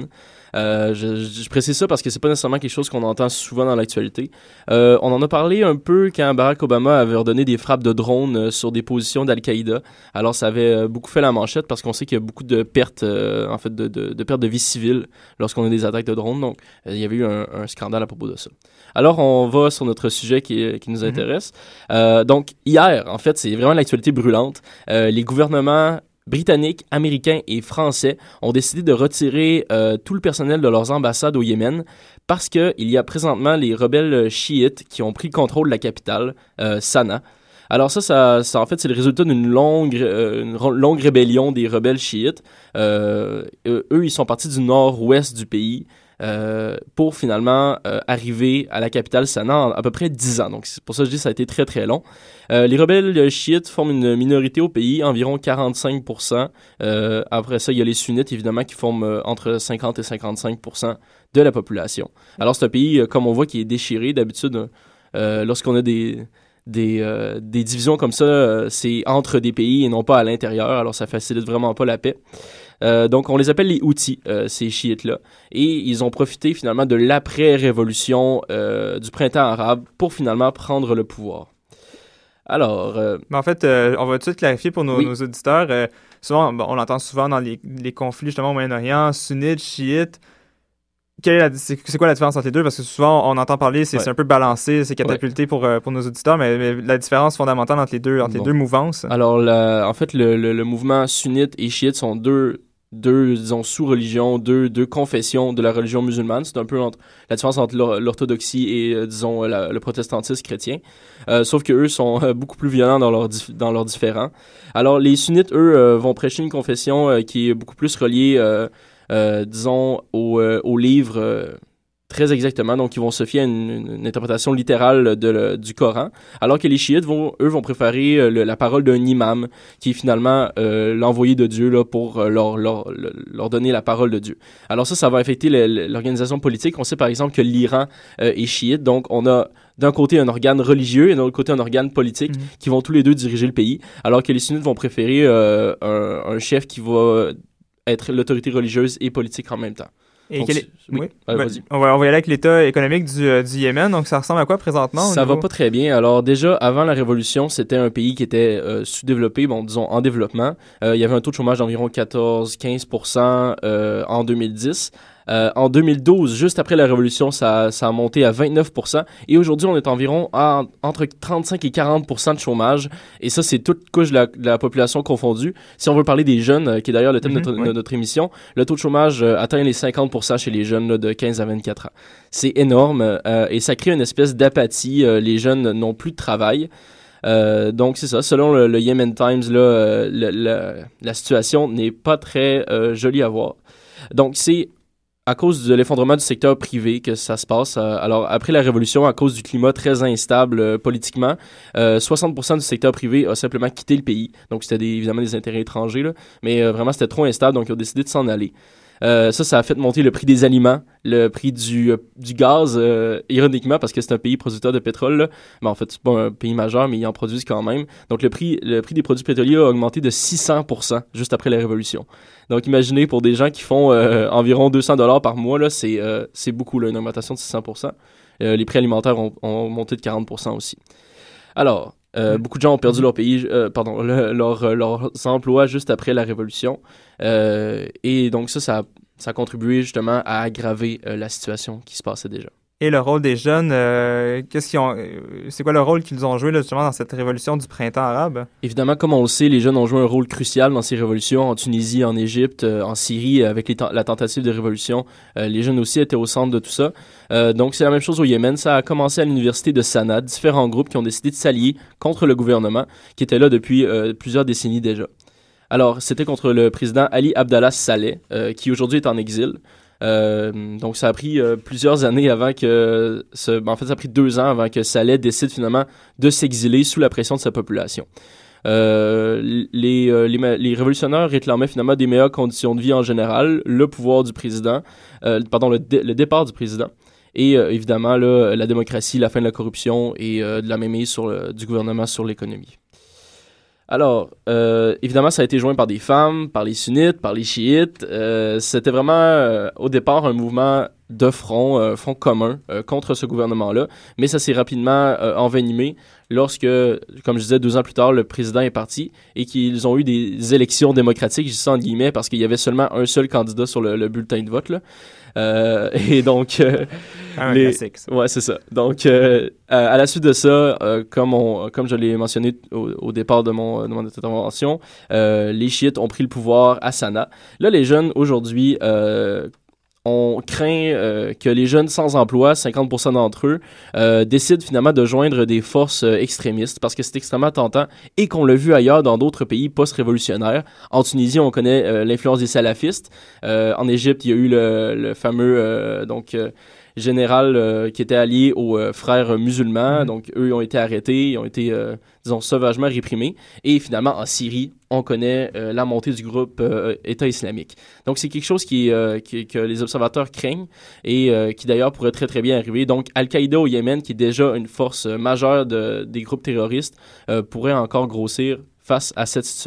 Je précise ça parce que c'est pas nécessairement quelque chose qu'on entend souvent dans l'actualité. On en a parlé un peu quand Barack Obama avait ordonné des frappes de drones sur des positions d'Al-Qaïda. Alors ça avait beaucoup fait la manchette parce qu'on sait qu'il y a beaucoup de pertes, en fait, de pertes de vie civile lorsqu'on a des attaques de drones. Donc il y avait eu un scandale à propos de ça. Alors on va sur notre sujet qui nous intéresse. Donc hier, en fait, c'est vraiment l'actualité brûlante. Les gouvernements britanniques, américains et français ont décidé de retirer tout le personnel de leurs ambassades au Yémen parce qu'il y a présentement les rebelles chiites qui ont pris le contrôle de la capitale, Sanaa. Alors ça en fait, c'est le résultat d'une longue rébellion des rebelles chiites. Eux, ils sont partis du nord-ouest du pays pour finalement arriver à la capitale Sanaa en à peu près 10 ans. Donc c'est pour ça que je dis que ça a été très très long. Les rebelles chiites forment une minorité au pays, environ 45%. Après ça, il y a les sunnites évidemment qui forment entre 50 et 55% de la population. Alors c'est un pays, comme on voit, qui est déchiré. D'habitude, lorsqu'on a des divisions comme ça, c'est entre des pays et non pas à l'intérieur. Alors ça facilite vraiment pas la paix. Donc, on les appelle les Houthis, ces chiites-là. Et ils ont profité finalement de l'après-révolution du printemps arabe pour finalement prendre le pouvoir. Alors... Mais en fait, on va tout de suite clarifier pour nos auditeurs. Souvent, on l'entend souvent dans les conflits justement au Moyen-Orient, sunnites, chiites. C'est quoi la différence entre les deux? Parce que souvent, on entend parler, c'est un peu balancé, c'est catapulté pour nos auditeurs, mais la différence fondamentale entre les deux mouvances. Alors, en fait, le mouvement sunnite et chiite sont deux disons, sous-religions, deux confessions de la religion musulmane. C'est un peu la différence entre l'orthodoxie et, disons, le protestantisme chrétien. Sauf que eux sont beaucoup plus violents dans leurs différends. Alors, les sunnites, eux, vont prêcher une confession qui est beaucoup plus reliée... disons, au livre très exactement. Donc, ils vont se fier à une interprétation littérale du Coran, alors que les chiites, vont préférer la parole d'un imam, qui est finalement l'envoyé de Dieu là, pour leur donner la parole de Dieu. Alors ça va affecter l'organisation politique. On sait par exemple que l'Iran est chiite, donc on a d'un côté un organe religieux et de l'autre côté un organe politique qui vont tous les deux diriger le pays, alors que les sunnites vont préférer un chef qui va être l'autorité religieuse et politique en même temps. Et donc, vas-y. On va y aller avec l'état économique du Yémen. Donc, ça ressemble à quoi présentement? Ça va pas très bien. Alors, déjà, avant la Révolution, c'était un pays qui était sous-développé, disons, en développement. Il y avait un taux de chômage d'environ 14-15% en 2010. En 2012, juste après la Révolution, ça a monté à 29%. Et aujourd'hui, on est environ entre 35 et 40% de chômage. Et ça, c'est toute couche de la population confondue. Si on veut parler des jeunes, qui est d'ailleurs le thème de notre émission, le taux de chômage atteint les 50% chez les jeunes là, de 15 à 24 ans. C'est énorme et ça crée une espèce d'apathie. Les jeunes n'ont plus de travail. Donc, c'est ça. Selon le Yemen Times, là, la situation n'est pas très jolie à voir. Donc, c'est à cause de l'effondrement du secteur privé que ça se passe. Alors, après la Révolution, à cause du climat très instable politiquement, 60% du secteur privé a simplement quitté le pays. Donc, c'était évidemment des intérêts étrangers, là, mais vraiment, c'était trop instable, donc ils ont décidé de s'en aller. Ça a fait monter le prix des aliments, le prix du gaz, ironiquement, parce que c'est un pays producteur de pétrole, là. Mais en fait, c'est pas un pays majeur, mais ils en produisent quand même. Donc, le prix des produits pétroliers a augmenté de 600% juste après la Révolution. Donc, imaginez, pour des gens qui font environ $200 par mois, là, c'est beaucoup, là, une augmentation de 600%. Les prix alimentaires ont monté de 40% aussi. Alors, beaucoup de gens ont perdu leur pays, leurs emplois juste après la Révolution. Et donc ça a contribué justement à aggraver la situation qui se passait déjà. Et le rôle des jeunes, c'est quoi le rôle qu'ils ont joué là, justement dans cette révolution du printemps arabe? Évidemment, comme on le sait, les jeunes ont joué un rôle crucial dans ces révolutions en Tunisie, en Égypte, en Syrie, avec la tentative de révolution. Les jeunes aussi étaient au centre de tout ça. Donc, c'est la même chose au Yémen. Ça a commencé à l'université de Sanaa, différents groupes qui ont décidé de s'allier contre le gouvernement, qui était là depuis plusieurs décennies déjà. Alors, c'était contre le président Ali Abdallah Saleh, qui aujourd'hui est en exil. Donc, ça a pris plusieurs années avant que... en fait, ça a pris 2 ans avant que Saleh décide finalement de s'exiler sous la pression de sa population. Les révolutionnaires réclamaient finalement des meilleures conditions de vie en général, le pouvoir du président, le départ du président, et évidemment là, la démocratie, la fin de la corruption et de la mainmise du gouvernement sur l'économie. Alors, évidemment, ça a été joint par des femmes, par les sunnites, par les chiites. C'était vraiment, au départ, un mouvement de front commun contre ce gouvernement-là. Mais ça s'est rapidement envenimé lorsque, comme je disais, 2 ans plus tard, le président est parti et qu'ils ont eu des élections démocratiques, je dis ça en guillemets, parce qu'il y avait seulement un seul candidat sur le bulletin de vote, là. Et donc... classique, ça. Ouais, c'est ça. Donc, à la suite de ça, comme je l'ai mentionné au départ de mon intervention, les chiites ont pris le pouvoir à Sanaa. Là, les jeunes, aujourd'hui... on craint que les jeunes sans emploi, 50% d'entre eux, décident finalement de joindre des forces extrémistes parce que c'est extrêmement tentant et qu'on l'a vu ailleurs dans d'autres pays post-révolutionnaires. En Tunisie, on connaît l'influence des salafistes. En Égypte, il y a eu le fameux général qui était allié aux frères musulmans. Donc, eux ont été arrêtés, ils ont été, disons, sauvagement réprimés. Et finalement, en Syrie, on connaît la montée du groupe État islamique. Donc, c'est quelque chose que les observateurs craignent et qui d'ailleurs pourrait très très bien arriver. Donc, Al-Qaïda au Yémen, qui est déjà une force majeure des groupes terroristes, pourrait encore grossir face à cette situation.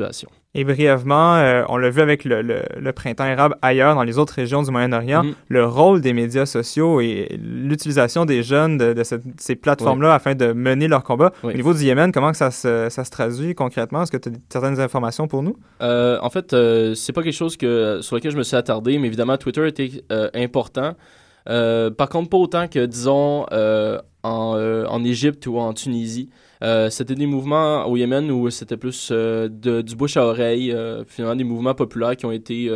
Et brièvement, on l'a vu avec le printemps arabe ailleurs, dans les autres régions du Moyen-Orient, le rôle des médias sociaux et l'utilisation des jeunes de ces plateformes-là afin de mener leur combat. Au niveau du Yémen, comment que ça se traduit concrètement? Est-ce que tu as certaines informations pour nous? En fait, c'est pas quelque chose sur lequel je me suis attardé, mais évidemment, Twitter était important. Par contre, pas autant que, disons, en Égypte ou en Tunisie. C'était des mouvements au Yémen où c'était plus du bouche à oreille, finalement des mouvements populaires qui ont été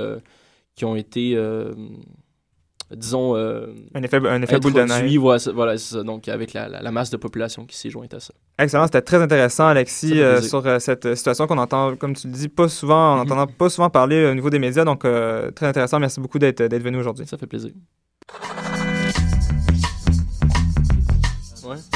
disons, un effet boule de neige. Voilà, c'est ça. Donc, avec la masse de population qui s'est jointe à ça. Excellent, c'était très intéressant, Alexis, sur cette situation qu'on entend, comme tu le dis, pas souvent, on n'entend pas souvent parler au niveau des médias. Donc, très intéressant. Merci beaucoup d'être venu aujourd'hui. Ça fait plaisir. Ouais.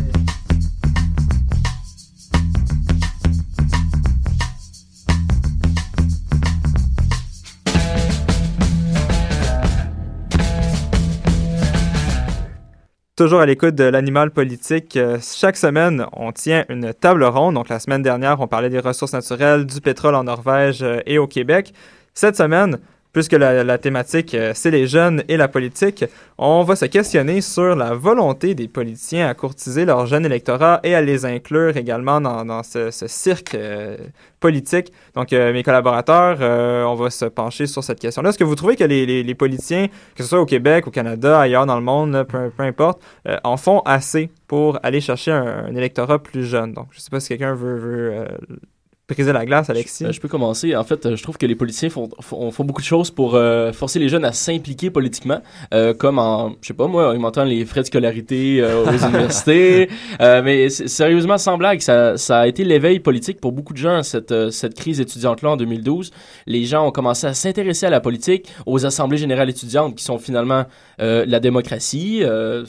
Toujours à l'écoute de l'animal politique. Chaque semaine, on tient une table ronde. Donc, la semaine dernière, on parlait des ressources naturelles, du pétrole en Norvège et au Québec. Cette semaine, puisque la thématique, c'est les jeunes et la politique, on va se questionner sur la volonté des politiciens à courtiser leur jeune électorat et à les inclure également dans ce cirque politique. Donc, mes collaborateurs, on va se pencher sur cette question-là. Est-ce que vous trouvez que les politiciens, que ce soit au Québec, au Canada, ailleurs dans le monde, peu importe, en font assez pour aller chercher un électorat plus jeune? Donc, je ne sais pas si quelqu'un veut briser la glace, Alexis. Je peux commencer. En fait, je trouve que les politiciens font beaucoup de choses pour forcer les jeunes à s'impliquer politiquement, comme en, je sais pas moi, augmentant les frais de scolarité aux universités. Mais sérieusement, sans blague, ça a été l'éveil politique pour beaucoup de gens, cette crise étudiante-là en 2012. Les gens ont commencé à s'intéresser à la politique, aux assemblées générales étudiantes qui sont finalement la démocratie.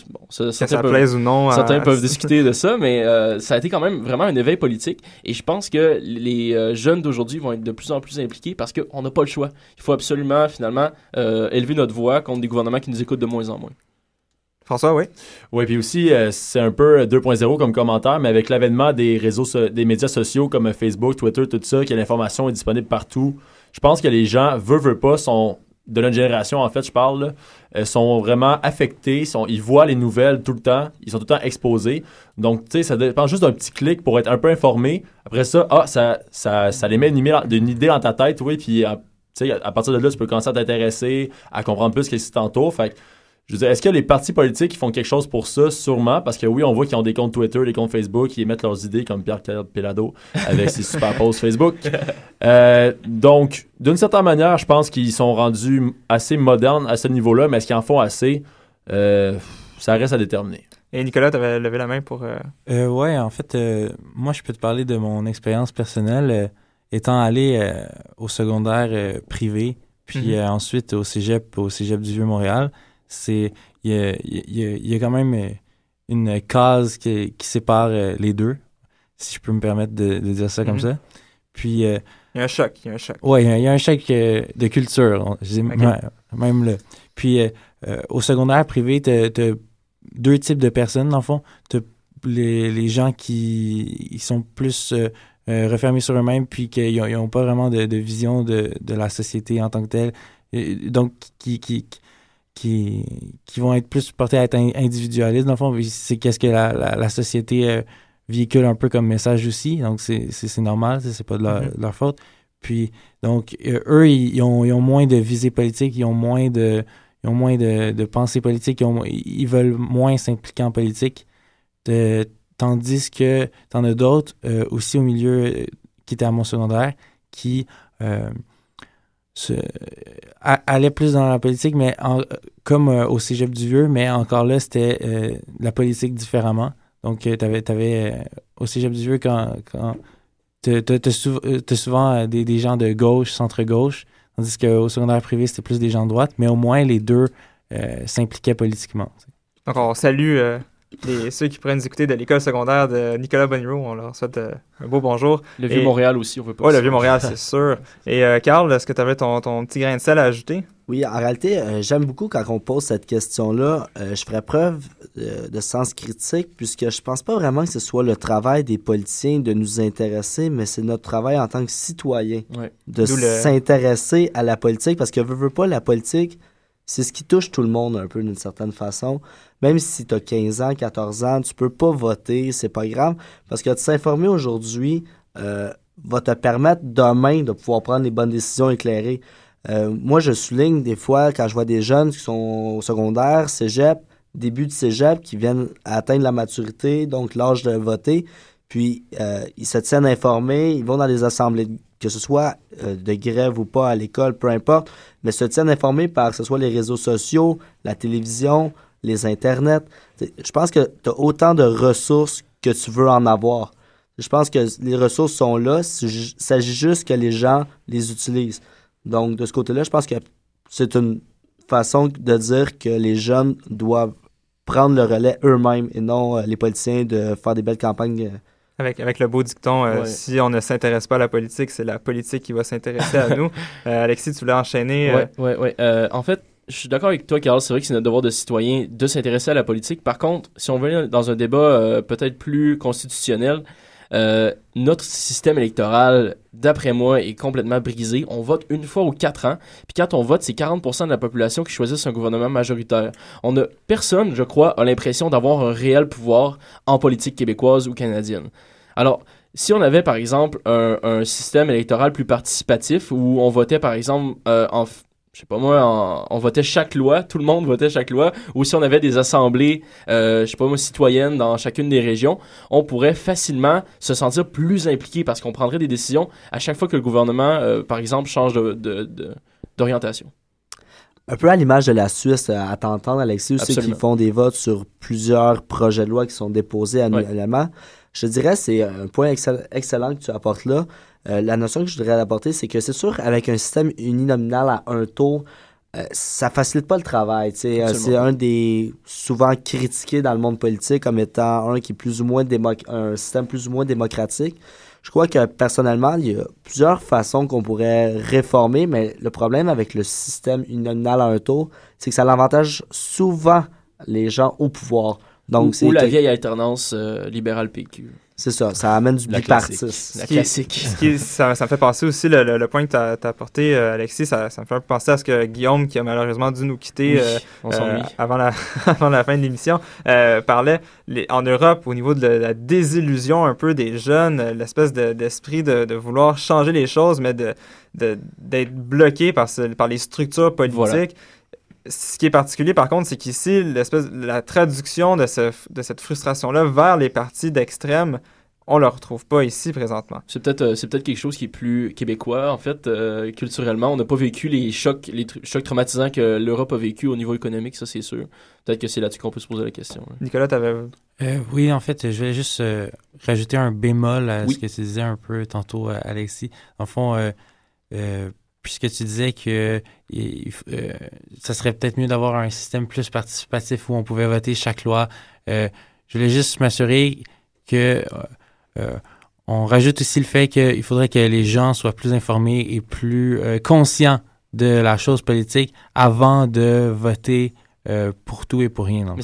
Ça plaise ou non. Certains peuvent discuter de ça, mais ça a été quand même vraiment un éveil politique. Et je pense que les jeunes d'aujourd'hui vont être de plus en plus impliqués parce qu'on n'a pas le choix. Il faut absolument, finalement, élever notre voix contre des gouvernements qui nous écoutent de moins en moins. François, oui. Oui, puis aussi, c'est un peu 2.0 comme commentaire, mais avec l'avènement des des médias sociaux comme Facebook, Twitter, tout ça, que l'information est disponible partout, je pense que les gens, veulent pas, sont de notre génération, en fait, je parle, là, sont vraiment affectés, ils voient les nouvelles tout le temps, ils sont tout le temps exposés. Donc, tu sais, ça dépend juste d'un petit clic pour être un peu informé. Après ça, ça les met une idée dans ta tête, oui, puis tu sais, à partir de là, tu peux commencer à t'intéresser, à comprendre plus ce qui t'entoure. Fait que, je veux dire, est-ce que les partis politiques font quelque chose pour ça? Sûrement, parce que oui, on voit qu'ils ont des comptes Twitter, des comptes Facebook, qui émettent leurs idées, comme Pierre Pelado, avec ses super posts Facebook. Donc, d'une certaine manière, je pense qu'ils sont rendus assez modernes à ce niveau-là, mais est-ce qu'ils en font assez? Ça reste à déterminer. Et Nicolas, tu avais levé la main pour... Oui, en fait, moi, je peux te parler de mon expérience personnelle. Étant allé au secondaire privé, puis ensuite au cégep du Vieux-Montréal, il y a quand même une case qui sépare les deux, si je peux me permettre de dire ça comme ça. Puis il y a un choc. Oui, il y a un choc de culture, même là. Puis au secondaire privé, t'as deux types de personnes, dans le fond. T'as les gens qui sont plus refermés sur eux-mêmes, puis qu'ils n'ont pas vraiment de vision de la société en tant que telle. Donc, qui vont être plus portés à être individualistes, dans le fond. C'est qu'est-ce que la société véhicule un peu comme message aussi. Donc, c'est normal, c'est pas de leur faute. Puis, donc, eux, ils ont moins de visée politique, ils ont moins de pensée politique, ils veulent moins s'impliquer en politique. Tandis que t'en as d'autres, aussi au milieu, qui étaient à mon secondaire, qui allaient plus dans la politique, mais comme au cégep du Vieux, mais encore là, c'était la politique différemment. Donc, t'avais au cégep du Vieux, quand t'as souvent des gens de gauche, centre-gauche, tandis qu'au secondaire privé, c'était plus des gens de droite, mais au moins les deux s'impliquaient politiquement. Donc, on salue ceux qui pourraient nous écouter de l'école secondaire de Nicolas Bonneau. On leur souhaite un beau bonjour. Le Vieux-Montréal aussi, on veut pas. Oui, le Vieux-Montréal, c'est sûr. Et Carl, est-ce que tu avais ton petit grain de sel à ajouter? Oui, en réalité, j'aime beaucoup quand on pose cette question-là. Je ferais preuve de sens critique puisque je pense pas vraiment que ce soit le travail des politiciens de nous intéresser, mais c'est notre travail en tant que citoyen Ouais. de s'intéresser à la politique parce que veut pas, la politique, c'est ce qui touche tout le monde un peu d'une certaine façon. Même si tu as 15 ans, 14 ans, tu peux pas voter, c'est pas grave parce que de s'informer aujourd'hui va te permettre demain de pouvoir prendre les bonnes décisions éclairées. Moi, je souligne des fois quand je vois des jeunes qui sont au secondaire, cégep, début de cégep, qui viennent atteindre la maturité, donc l'âge de voter, puis ils se tiennent informés, ils vont dans les assemblées, que ce soit de grève ou pas à l'école, peu importe, mais se tiennent informés par que ce soit les réseaux sociaux, la télévision, les internets. Je pense que tu as autant de ressources que tu veux en avoir. Je pense que les ressources sont là, il s'agit juste que les gens les utilisent. Donc, de ce côté-là, je pense que c'est une façon de dire que les jeunes doivent prendre le relais eux-mêmes et non les politiciens de faire des belles campagnes. Avec le beau dicton, Ouais. si on ne s'intéresse pas à la politique, c'est la politique qui va s'intéresser à nous. Alexis, tu voulais enchaîner? Ouais. En fait, je suis d'accord avec toi, Carl. C'est vrai que c'est notre devoir de citoyen de s'intéresser à la politique. Par contre, si on veut dans un débat peut-être plus constitutionnel, notre système électoral, d'après moi, est complètement brisé. On vote une fois aux 4 ans. Puis quand on vote, c'est 40% de la population qui choisissent un gouvernement majoritaire. Personne, je crois, a l'impression d'avoir un réel pouvoir en politique québécoise ou canadienne. Alors, si on avait, par exemple, un système électoral plus participatif où on votait, par exemple, je sais pas moi, on votait chaque loi, tout le monde votait chaque loi, ou si on avait des assemblées, je sais pas moi, citoyennes dans chacune des régions, on pourrait facilement se sentir plus impliqué parce qu'on prendrait des décisions à chaque fois que le gouvernement, par exemple, change d'orientation. Un peu à l'image de la Suisse, à t'entendre, Alexis, aussi, Absolument. qui font des votes sur plusieurs projets de loi qui sont déposés annuellement. Je te dirais, c'est un point excellent que tu apportes là. La notion que je voudrais apporter, c'est que c'est sûr, avec un système uninominal à un tour, ça facilite pas le travail. C'est un des souvent critiqués dans le monde politique comme étant un qui est plus ou moins un système plus ou moins démocratique. Je crois que personnellement, il y a plusieurs façons qu'on pourrait réformer, mais le problème avec le système uninominal à un tour, c'est que ça l'avantage souvent les gens au pouvoir. Donc, Ou la vieille alternance libérale-PQ. C'est ça, ça amène du bipartisme. La classique. Ça me fait penser aussi, le point que tu as apporté, Alexis, ça me fait penser à ce que Guillaume, qui a malheureusement dû nous quitter on s'ennuie. avant la fin de l'émission, parlait en Europe au niveau de la désillusion un peu des jeunes, l'espèce d'esprit de vouloir changer les choses, mais d'être bloqué par les structures politiques. Voilà. Ce qui est particulier, par contre, c'est qu'ici, la traduction de cette frustration-là vers les partis d'extrême, on ne le retrouve pas ici présentement. C'est peut-être quelque chose qui est plus québécois, en fait, culturellement. On n'a pas vécu les chocs traumatisants que l'Europe a vécu au niveau économique, ça c'est sûr. Peut-être que c'est là-dessus qu'on peut se poser la question. Hein. Nicolas, tu avais... Oui, en fait, je vais juste rajouter un bémol à ce que tu disais un peu tantôt, Alexis. En fond, puisque tu disais que ça serait peut-être mieux d'avoir un système plus participatif où on pouvait voter chaque loi. Je voulais juste m'assurer que on rajoute aussi le fait qu'il faudrait que les gens soient plus informés et plus conscients de la chose politique avant de voter pour tout et pour rien. Donc. Mais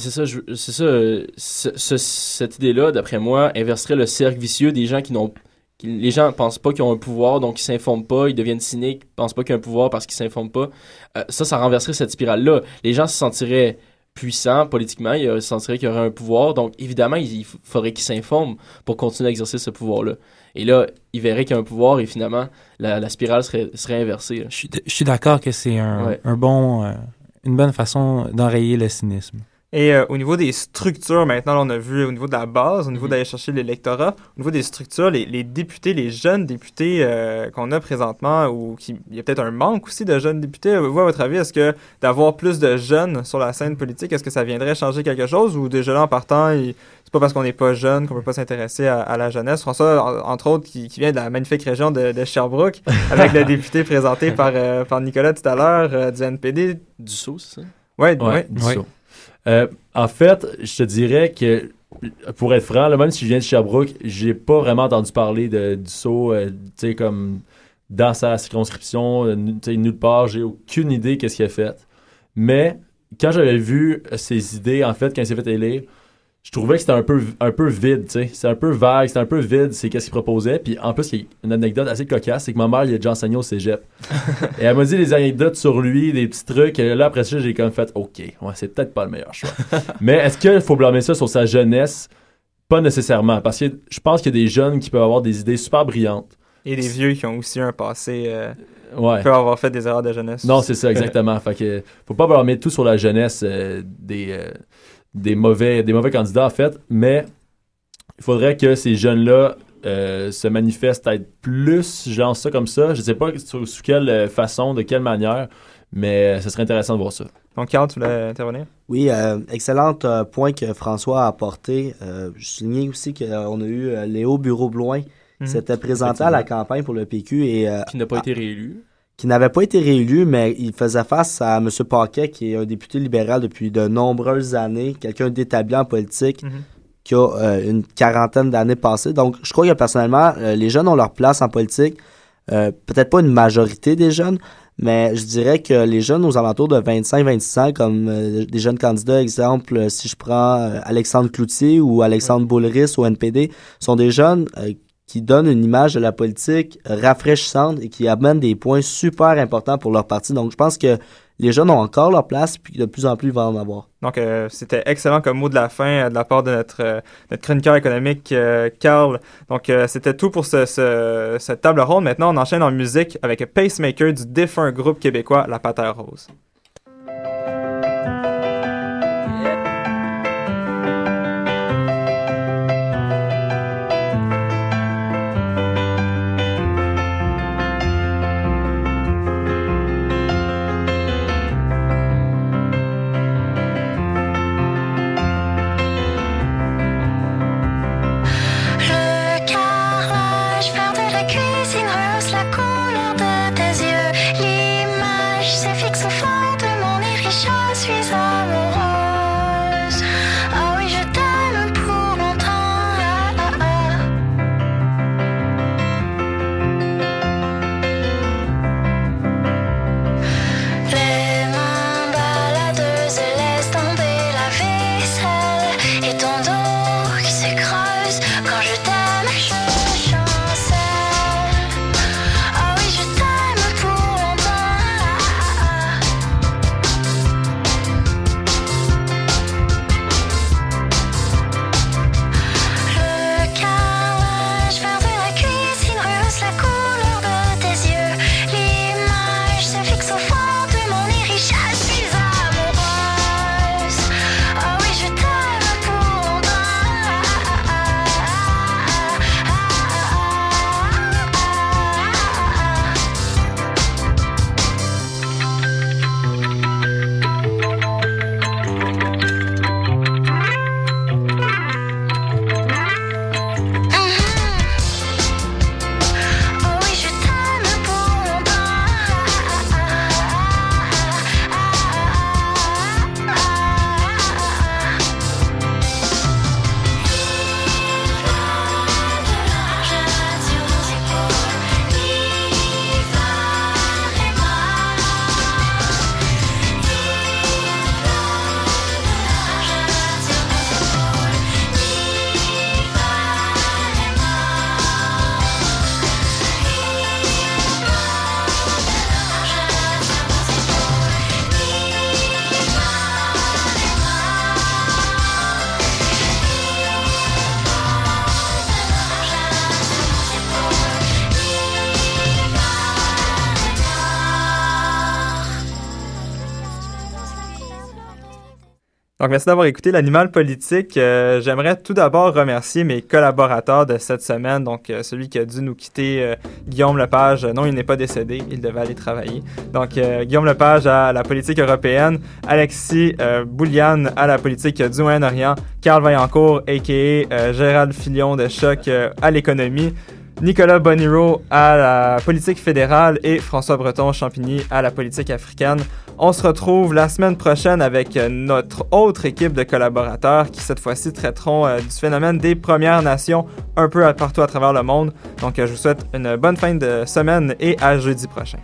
cette idée-là, d'après moi, inverserait le cercle vicieux des gens les gens pensent pas qu'ils ont un pouvoir, donc ils s'informent pas, ils deviennent cyniques, pensent pas qu'ils ont un pouvoir parce qu'ils s'informent pas. Ça renverserait cette spirale-là. Les gens se sentiraient puissants politiquement, ils se sentiraient qu'il y aurait un pouvoir, donc évidemment, il faudrait qu'ils s'informent pour continuer à exercer ce pouvoir-là. Et là, ils verraient qu'il y a un pouvoir et finalement, la spirale serait inversée. Je suis d'accord que c'est une bonne façon d'enrayer le cynisme. Et au niveau des structures, maintenant, là, on a vu au niveau de la base, au niveau d'aller chercher l'électorat, au niveau des structures, les députés, les jeunes députés qu'on a présentement, il y a peut-être un manque aussi de jeunes députés. Vous, à votre avis, est-ce que d'avoir plus de jeunes sur la scène politique, est-ce que ça viendrait changer quelque chose ou déjà là, en partant, c'est pas parce qu'on n'est pas jeune qu'on peut pas s'intéresser à la jeunesse? François, entre autres, qui vient de la magnifique région de Sherbrooke, avec le député présenté par Nicolas tout à l'heure du NPD. Dussault, c'est ça? Ouais, Dussault. En fait, je te dirais que, pour être franc, là, même si je viens de Sherbrooke, j'ai pas vraiment entendu parler de Dussault, tu sais, comme dans sa circonscription, nulle part, j'ai aucune idée qu'est-ce qu'il a fait. Mais quand j'avais vu ses idées, en fait, quand il s'est fait élire, je trouvais que c'était un peu vide, tu sais. C'est un peu vague, c'est un peu vide, c'est qu'est-ce qu'il proposait. Puis en plus, il y a une anecdote assez cocasse, c'est que ma mère, il a déjà enseigné au cégep. Et elle m'a dit des anecdotes sur lui, des petits trucs. Et là, après ça, j'ai comme fait, OK, ouais, c'est peut-être pas le meilleur choix. Mais est-ce qu'il faut blâmer ça sur sa jeunesse? Pas nécessairement, parce que je pense qu'il y a des jeunes qui peuvent avoir des idées super brillantes. Et des vieux qui ont aussi un passé... Ouais. peuvent avoir fait des erreurs de jeunesse. Non, c'est ça, exactement. Fait que faut pas blâmer tout sur la jeunesse des mauvais candidats, en fait, mais il faudrait que ces jeunes-là se manifestent peut-être plus, genre ça comme ça. Je sais pas sous quelle façon, de quelle manière, mais ce serait intéressant de voir ça. Donc, Carl, tu voulais intervenir? Oui, excellent point que François a apporté. Je souligne aussi qu'on a eu Léo Bureau-Bloin qui s'était présenté à la campagne pour le PQ et Qui n'a pas été réélu. qui n'avait pas été réélu, mais il faisait face à M. Paquet, qui est un député libéral depuis de nombreuses années, quelqu'un d'établi en politique, qui a une quarantaine d'années passées. Donc, je crois que personnellement, les jeunes ont leur place en politique. Peut-être pas une majorité des jeunes, mais je dirais que les jeunes aux alentours de 25-26 ans, comme des jeunes candidats, exemple, si je prends Alexandre Cloutier ou Alexandre Boulris au NPD, sont des jeunes qui donnent une image de la politique rafraîchissante et qui amènent des points super importants pour leur parti. Donc, je pense que les jeunes ont encore leur place, puis de plus en plus, ils vont en avoir. Donc, c'était excellent comme mot de la fin de la part de notre chroniqueur économique, Carl. Donc, c'était tout pour cette table ronde. Maintenant, on enchaîne en musique avec Pacemaker du défunt groupe québécois La Panthère Rose. Le carrelage vert de la cuisine rehausse la couleur de tes yeux. L'image se fixe au fond de mon iris, je suis amoureuse. Ah oui, je t'aime pour longtemps. Les mains baladeuses laissent tomber la vaisselle et ton dos qui se creuse quand je t'aime, je chancelle. Ah oui, je t'aime pour longtemps. Le carrelage vert de la cuisine rehausse la couleur de tes yeux. L'image se fixe au fond de mon iris, je suis amoureuse. Ah oui, je t'aime pour longtemps. Oh oui, je t'aime pour Donc, merci d'avoir écouté l'Animal politique. J'aimerais tout d'abord remercier mes collaborateurs de cette semaine. Donc, celui qui a dû nous quitter, Guillaume Lepage. Non, il n'est pas décédé. Il devait aller travailler. Donc, Guillaume Lepage à la politique européenne. Alexis Boulian à la politique du Moyen-Orient. Carl Vaillancourt, a.k.a. Gérald Filion de Choc à l'économie. Nicolas Boniro à la politique fédérale et François Breton-Champigny à la politique africaine. On se retrouve la semaine prochaine avec notre autre équipe de collaborateurs qui, cette fois-ci, traiteront du phénomène des Premières Nations un peu partout à travers le monde. Donc, je vous souhaite une bonne fin de semaine et à jeudi prochain.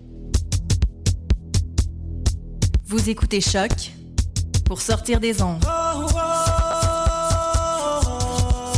Vous écoutez Choc pour sortir des ondes.